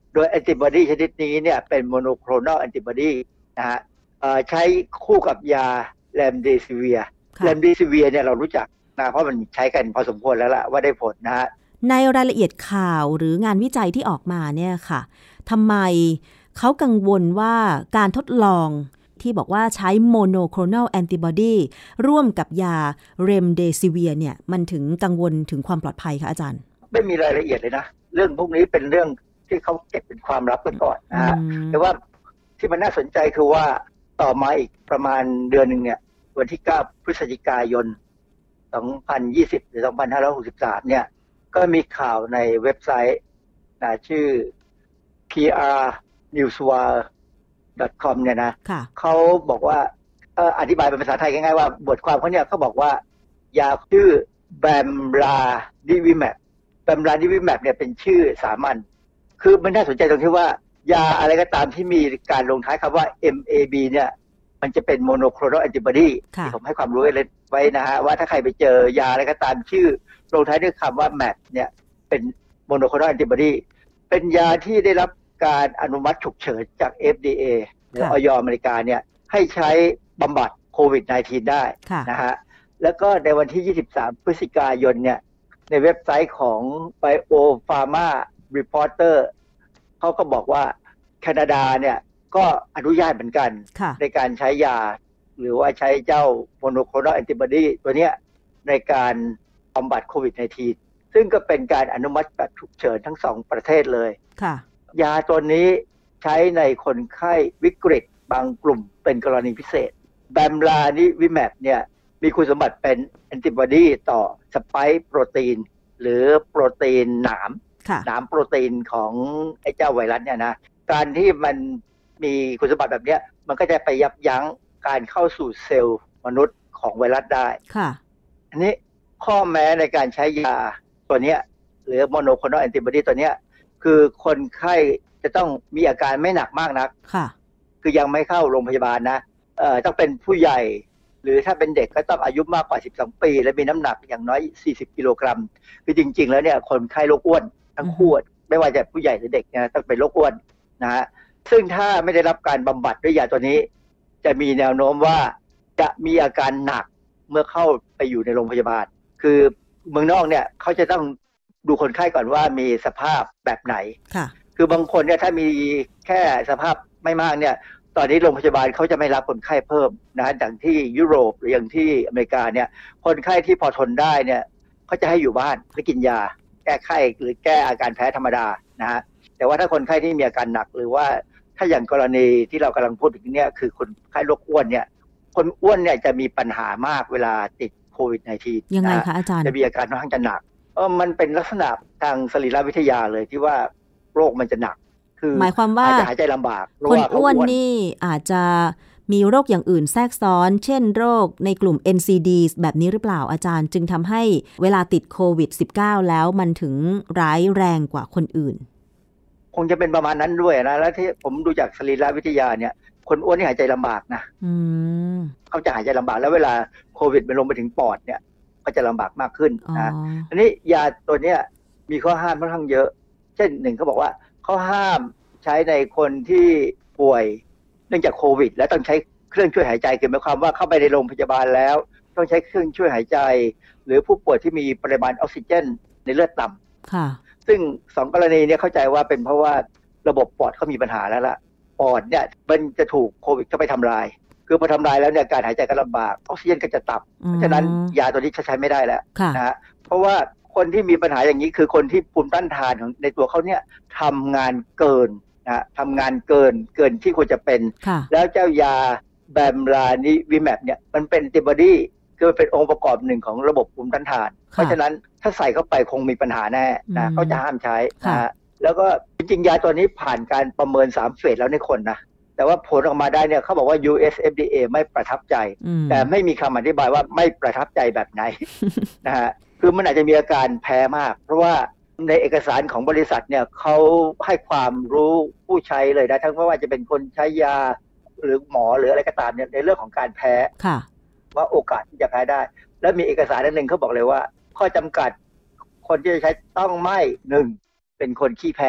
โดยแอนติบอดีชนิดนี้เนี่ยเป็นโมโนโคลนอลแอนติบอดีนะฮะใช้คู่กับยาแรมเดซิเวียแรมเดซิเวียเนี่ยเรารู้จักนะเพราะมันใช้กันพอสมควรแล้วล่ะว่าได้ผลนะฮะในรายละเอียดข่าวหรืองานวิจัยที่ออกมาเนี่ยค่ะทำไมเขากังวลว่าการทดลองที่บอกว่าใช้โมโนโคลนอลแอนติบอดีร่วมกับยาเรมเดซิเวียเนี่ยมันถึงกังวลถึงความปลอดภัยคะอาจารย์ไม่มีรายละเอียดเลยนะเรื่องพวกนี้เป็นเรื่องที่เขาเก็บเป็นความลับกันก่อนนะฮะแต่ว่าที่มันน่าสนใจคือว่าต่อมาอีกประมาณเดือนหนึ่งเนี่ยวันที่เก้าพฤศจิกายนสองพันยี่สิบหรือสองพันห้าร้อยหกสิบสามเนี่ยก็มีข่าวในเว็บไซต์นะชื่อ พี อาร์ นิวส์วาร์ ดอท คอม เนี่ยนะเขาบอกว่าอธิบายเป็นภาษาไทยง่ายๆว่าบทความเขาเนี่ยเขาบอกว่ายาชื่อแบมลาดิวิแมปแบมลาดิวิแมปเนี่ยเป็นชื่อสามัญคือมันน่าสนใจตรงที่ว่ายาอะไรก็ตามที่มีการลงท้ายคำว่า เอ็ม เอ บี เนี่ยมันจะเป็นโมโนโคลนอลแอนติบอดีที่ผมให้ความรู้ไว้นะฮะว่าถ้าใครไปเจอยาอะไรก็ตามชื่อลงท้ายด้วยคำว่าแมปเนี่ยเป็นโมโนโคลนอลแอนติบอดีเป็นยาที่ได้รับการอนุมัติฉุกเฉินจาก เอฟ ดี เอ หรือ อย อเมริกาเนี่ยให้ใช้บำบัดโควิด สิบเก้า ได้นะฮะแล้วก็ในวันที่ยี่สิบสามพฤศจิกายนเนี่ยในเว็บไซต์ของ Biopharma Reporter เขาก็บอกว่าแคนาดาเนี่ยก็อนุญาตเหมือนกันในการใช้ยาหรือว่าใช้เจ้าโมโนโคลนอลแอนติบอดีตัวเนี้ยในการบำบัดโควิด สิบเก้า ซึ่งก็เป็นการอนุมัติแบบฉุกเฉินทั้งสองประเทศเลยยาตัวนี้ใช้ในคนไข้วิกฤตบางกลุ่มเป็นกรณีพิเศษแบมลานิวิแมปเนี่ยมีคุณสมบัติเป็นแอนติบอดีต่อสไปค์โปรตีนหรือโปรตีนหนามหนามโปรตีนของไอ้เจ้าไวรัสเนี่ยนะการที่มันมีคุณสมบัติแบบนี้มันก็จะไปยับยั้งการเข้าสู่เซลล์มนุษย์ของไวรัสได้ค่ะอันนี้ข้อแม้ในการใช้ยาตัวเนี้ยหรือโมโนโคลนอลแอนติบอดีตัวเนี้ยคือคนไข้จะต้องมีอาการไม่หนักมากนักค่ะคือยังไม่เข้าโรงพยาบาลนะเอ่อต้องเป็นผู้ใหญ่หรือถ้าเป็นเด็กก็ต้องอายุมากกว่าสิบสองปีและมีน้ำหนักอย่างน้อยสี่สิบกิโลกรัมคือจริงๆแล้วเนี่ยคนไข้โรคอ้วนทั้งคู่ไม่ว่าจะผู้ใหญ่หรือเด็กนะต้องเป็นโรคอ้วนนะฮะซึ่งถ้าไม่ได้รับการบำบัดด้วยยาตัวนี้จะมีแนวโน้มว่าจะมีอาการหนักเมื่อเข้าไปอยู่ในโรงพยาบาลคือเมืองนอกเนี่ยเขาจะต้องดูคนไข้ก่อนว่ามีสภาพแบบไหนค่ะคือบางคนเนี่ยถ้ามีแค่สภาพไม่มากเนี่ยตอนนี้โรงพยาบาลเขาจะไม่รับคนไข้เพิ่มนะฮะอย่างที่ยุโรปหรืออย่างที่อเมริกาเนี่ยคนไข้ที่พอทนได้เนี่ยเขาจะให้อยู่บ้านและกินยาแก้ไข้หรือแก้อาการแพ้ธรรมดานะฮะแต่ว่าถ้าคนไข้ที่มีอาการหนักหรือว่าถ้าอย่างกรณีที่เรากำลังพูดถึงเนี่ยคือคนไข้โรคอ้วนเนี่ยคนอ้วนเนี่ยจะมีปัญหามากเวลาติดโควิด สิบเก้ายังไงคะอาจารย์จะมีอาการค่อนข้างจะหนักเออมันเป็นลักษณะทางสรีรวิทยาเลยที่ว่าโรคมันจะหนักคือหมายความว่าอาจจะหายใจลำบากคนอ้วนนี่อาจจะมีโรคอย่างอื่นแทรกซ้อนเช่นโรคในกลุ่ม เอ็น ซี ดี แบบนี้หรือเปล่าอาจารย์จึงทำให้เวลาติดโควิด สิบเก้า แล้วมันถึงร้ายแรงกว่าคนอื่นคงจะเป็นประมาณนั้นด้วยนะแล้วที่ผมดูจากสรีรวิทยาเนี่ยคนอ้วนนี่หายใจลำบากนะเขาจะหายใจลำบากแล้วเวลาโควิดมันลงไปถึงปอดเนี่ยก็จะลำบากมากขึ้นนะอันนี้ยาตัวเนี้ยมีข้อห้ามค่อนข้างเยอะเช่นหนึ่งเขาบอกว่าข้อห้ามใช้ในคนที่ป่วยเนื่องจากโควิดและต้องใช้เครื่องช่วยหายใจคือหมายความว่าเข้าไปในโรงพยาบาลแล้วต้องใช้เครื่องช่วยหายใจหรือผู้ป่วยที่มีปริมาณออกซิเจนในเลือดต่ำค่ะซึ่งสองกรณีนี้เข้าใจว่าเป็นเพราะว่าระบบปอดเขามีปัญหาแล้วล่ะปอดเนี่ยมันจะถูกโควิดเข้าไปทำลายคือพอทำลายแล้วเนี่ยการหายใจก็ลำบากออกซิเจนก็จะต่ำเพราะฉะนั้นยาตัวนี้ใช้ไม่ได้แล้วนะฮะเพราะว่าคนที่มีปัญหาอย่างนี้คือคนที่ภูมิต้านทานของในตัวเขาเนี่ยทำงานเกินนะทำงานเกินเกินที่ควรจะเป็นแล้วเจ้ายาแบมลานิวิแมปเนี่ยมันเป็นแอนติบอดีคือเป็นองค์ประกอบหนึ่งของระบบภูมิต้านทานเพราะฉะนั้นถ้าใส่เข้าไปคงมีปัญหาแน่นะเขาจะห้ามใช้นะแล้วก็จริงๆยาตัวนี้ผ่านการประเมินสามเฟสแล้วในคนนะแต่ว่าผลออกมาได้เนี่ยเขาบอกว่า ยู เอส เอฟ ดี เอ ไม่ประทับใจแต่ไม่มีคำอธิบายว่าไม่ประทับใจแบบไหน นะฮะคือมันอาจจะมีอาการแพ้มากเพราะว่าในเอกสารของบริษัทเนี่ยเขาให้ความรู้ผู้ใช้เลยนะทั้งไม่ว่าจะเป็นคนใช้ยาหรือหมอหรืออะไรก็ตามเนี่ยในเรื่องของการแพ้ว่าโอกาสที่จะแพ้ได้แล้วมีเอกสารอันหนึ่งเขาบอกเลยว่าข้อจำกัดคนที่จะใช้ต้องไม่หนึ่งเป็นคนขี้แพ้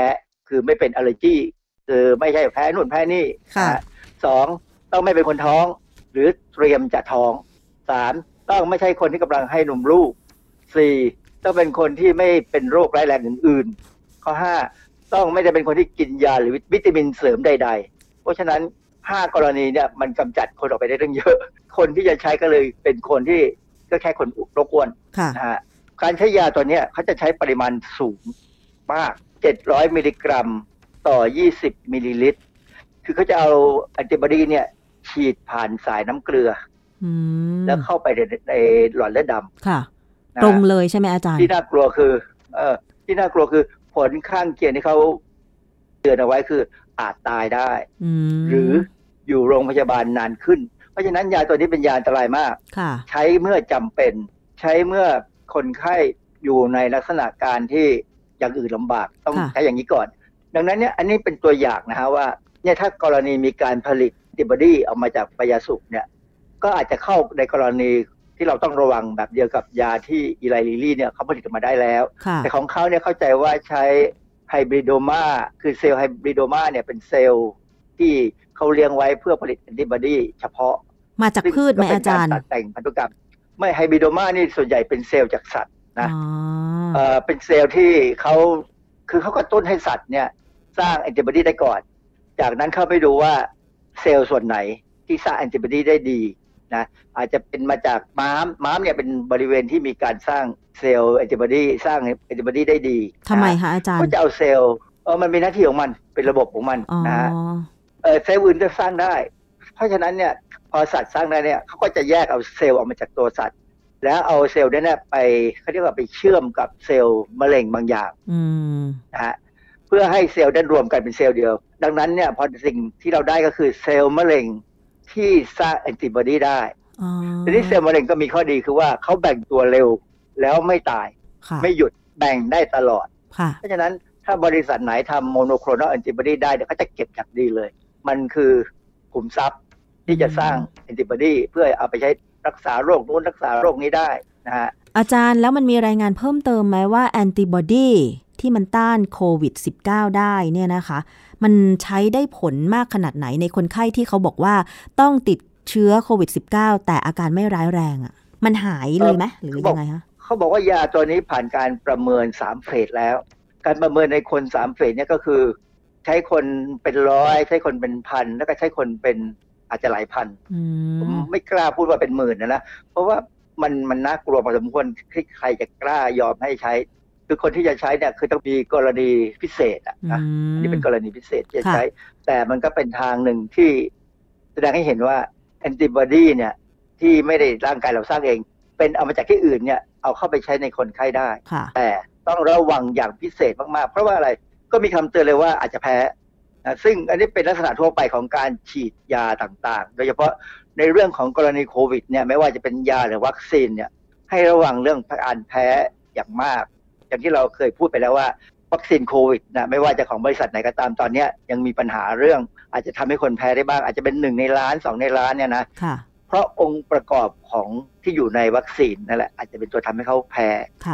คือไม่เป็นอัลเลอร์จีคือไม่ใช่แพ้นู่นแพ้นี่สองต้องไม่เป็นคนท้องหรือเตรียมจะท้องสามต้องไม่ใช่คนที่กำลังให้นมลูกสี่ต้องเป็นคนที่ไม่เป็นโรคร้ายแรงอื่นๆข้อห้าต้องไม่ได้เป็นคนที่กินยาหรือวิตามินเสริมใดๆเพราะฉะนั้นห้ากรณีเนี่ยมันกำจัดคนออกไปได้ตั้งเยอะคนที่จะใช้ก็เลยเป็นคนที่ก็แค่คนโรคอ้วนนะฮะการใช้ยาตัวนี้เขาจะใช้ปริมาณสูงมากเจ็ดร้อยมิลลิกรัมต่อยี่สิบมิลลิลิตรคือเขาจะเอาแอนติบอดีเนี่ยฉีดผ่านสายน้ำเกลือแล้วเข้าไปในในหลอดเลือดดำค่ะตรงเลยใช่ไหมอาจารย์ที่น่ากลัวคือเออที่น่ากลัวคือผลข้างเคียงที่เขาเตือนเอาไว้คืออาจตายได้หรืออยู่โรงพยาบาลนานขึ้นเพราะฉะนั้นยาตัวนี้เป็นยาอันตรายมากใช้เมื่อจำเป็นใช้เมื่อคนไข้อยู่ในลักษณะการที่อย่างอื่นลำบากต้องใช้อย่างนี้ก่อนดังนั้นเนี่ยอันนี้เป็นตัวอย่างนะฮะว่าเนี่ยถ้ากรณีมีการผลิตแอนติบอดีออกมาจากพยาสุกเนี่ยก็อาจจะเข้าในกรณีที่เราต้องระวังแบบเดียวกับยาที่อีไลลิลี่เนี่ยเขาผลิตออกมาได้แล้วแต่ของเขาเนี่ยเข้าใจว่าใช้ไฮบริโดมาคือเซลล์ไฮบริโดมาเนี่ยเป็นเซลล์ที่เขาเลี้ยงไว้เพื่อผลิตแอนติบอดีเฉพาะมาจากพืชไหมอาจารย์ตัดแต่งพันธุกรรมไม่ไฮบริโดมานี่ส่วนใหญ่เป็นเซลล์จากสัตว์นะเอ่อเป็นเซลล์ที่เขาคือเขาก็ต้นให้สัตว์เนี่ยสร้างแอนติบอดีได้ก่อนจากนั้นเข้าไปดูว่าเซลล์ส่วนไหนที่สร้างแอนติบอดีได้ดีนะอาจจะเป็นมาจากม้ามม้ามเนี่ยเป็นบริเวณที่มีการสร้างเซลล์แอนติบอดีสร้างแอนติบอดีได้ดีทำไมคะอาจารย์ก็จะเอาเซลล์เออมันมีหน้าที่ของมันเป็นระบบของมันนะฮะเออเซลล์อื่นจะสร้างได้เพราะฉะนั้นเนี่ยพอสัตว์สร้างได้เนี่ยเขาก็จะแยกเอาเซลล์ออกมาจากตัวสัตว์แล้วเอาเซลล์นั้นไปเขาเรียกว่าไปเชื่อมกับเซลล์มะเร็งบางอย่างนะฮะเพื่อให้เซลล์นั้นรวมกันเป็นเซลล์เดียวดังนั้นเนี่ยพอสิ่งที่เราได้ก็คือเซลล์มะเร็งที่สร้างแอนติบอดีได้ทีนี้เซลล์มะเร็งก็มีข้อดีคือว่าเขาแบ่งตัวเร็วแล้วไม่ตายไม่หยุดแบ่งได้ตลอดเพราะฉะนั้นถ้าบริษัทไหนทำโมโนโคลนอลแอนติบอดีได้เดี๋ยวเขาจะเก็บอย่างดีเลยมันคือขุมทรัพย์ที่จะสร้างแอนติบอดีเพื่อเอาไปใช้รักษาโรคนู้นรักษาโรคนี้ได้นะฮะอาจารย์แล้วมันมีรายงานเพิ่มเติมไหมว่าแอนติบอดีที่มันต้านโควิด สิบเก้า ได้เนี่ยนะคะมันใช้ได้ผลมากขนาดไหนในคนไข้ที่เขาบอกว่าต้องติดเชื้อโควิด สิบเก้า แต่อาการไม่ร้ายแรงอ่ะมันหายเลยไหมหรือยังไงคะเขาบอกว่ายาตัวนี้ผ่านการประเมินสามเฟสแล้วการประเมินในคนสามเฟสเนี่ยก็คือใช้คนเป็นร้อยใช้คนเป็นพันแล้วก็ใช้คนเป็นอาจจะหลายพันผมไม่กล้าพูดว่าเป็นหมื่นนะนะเพราะว่ามันมันน่ากลัวพอสมควรที่ใครจะกล้ายอมให้ใช้คือคนที่จะใช้เนี่ยคือต้องมีกรณีพิเศษอ่ะนะอันนี้เป็นกรณีพิเศษที่จะใช้แต่มันก็เป็นทางหนึ่งที่แสดงให้เห็นว่าแอนติบอดีเนี่ยที่ไม่ได้ร่างกายเราสร้างเองเป็นเอามาจากที่อื่นเนี่ยเอาเข้าไปใช้ในคนไข้ได้แต่ต้องระวังอย่างพิเศษมากๆเพราะว่าอะไรก็มีคำเตือนเลยว่าอาจจะแพ้นะซึ่งอันนี้เป็นลักษณะทั่วไปของการฉีดยาต่างๆโดยเฉพาะในเรื่องของกรณีโควิดเนี่ยไม่ว่าจะเป็นยาหรือวัคซีนเนี่ยให้ระวังเรื่องการแพ้อย่างมากอย่างที่เราเคยพูดไปแล้วว่าวัคซีนโควิดนะไม่ว่าจะของบริษัทไหนก็ตามตอนนี้ยังมีปัญหาเรื่องอาจจะทำให้คนแพ้ได้บ้างอาจจะเป็นหนึ่งในล้านสองในล้านเนี่ยนะเพราะองค์ประกอบของที่อยู่ในวัคซีนนั่นแหละอาจจะเป็นตัวทำให้เขาแพ้ค่ะ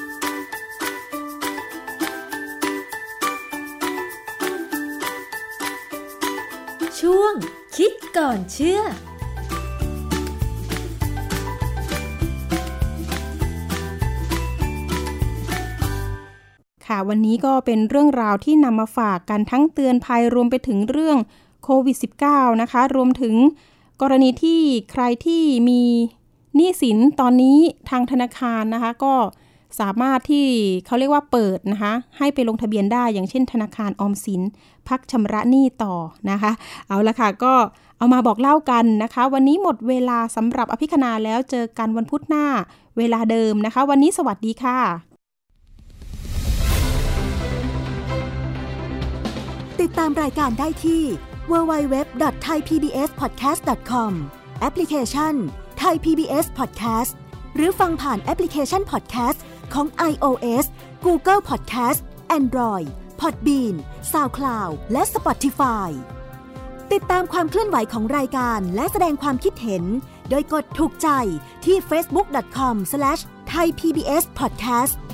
ช่วงคิดก่อนเชื่อค่ะวันนี้ก็เป็นเรื่องราวที่นำมาฝากกันทั้งเตือนภัยรวมไปถึงเรื่องโควิด สิบเก้า นะคะรวมถึงกรณีที่ใครที่มีหนี้สินตอนนี้ทางธนาคารนะคะก็สามารถที่เขาเรียกว่าเปิดนะคะให้ไปลงทะเบียนได้อย่างเช่นธนาคารออมสินพักชำระหนี้ต่อนะคะเอาละค่ะก็เอามาบอกเล่ากันนะคะวันนี้หมดเวลาสำหรับอภิคณาแล้วเจอกันวันพุธหน้าเวลาเดิมนะคะวันนี้สวัสดีค่ะติดตามรายการได้ที่ ดับเบิลยู ดับเบิลยู ดับเบิลยู ดอท ไทย พี บี เอส พอดแคสต์ ดอท คอม แอปพลิเคชัน Thai พี บี เอส Podcast หรือฟังผ่านแอปพลิเคชัน Podcast ของ iOS Google Podcast Android Podbean SoundCloud และ Spotify ติดตามความเคลื่อนไหวของรายการและแสดงความคิดเห็นโดยกดถูกใจที่ เฟซบุ๊ก ดอท คอม สแลช ไทย พี บี เอส พอดแคสต์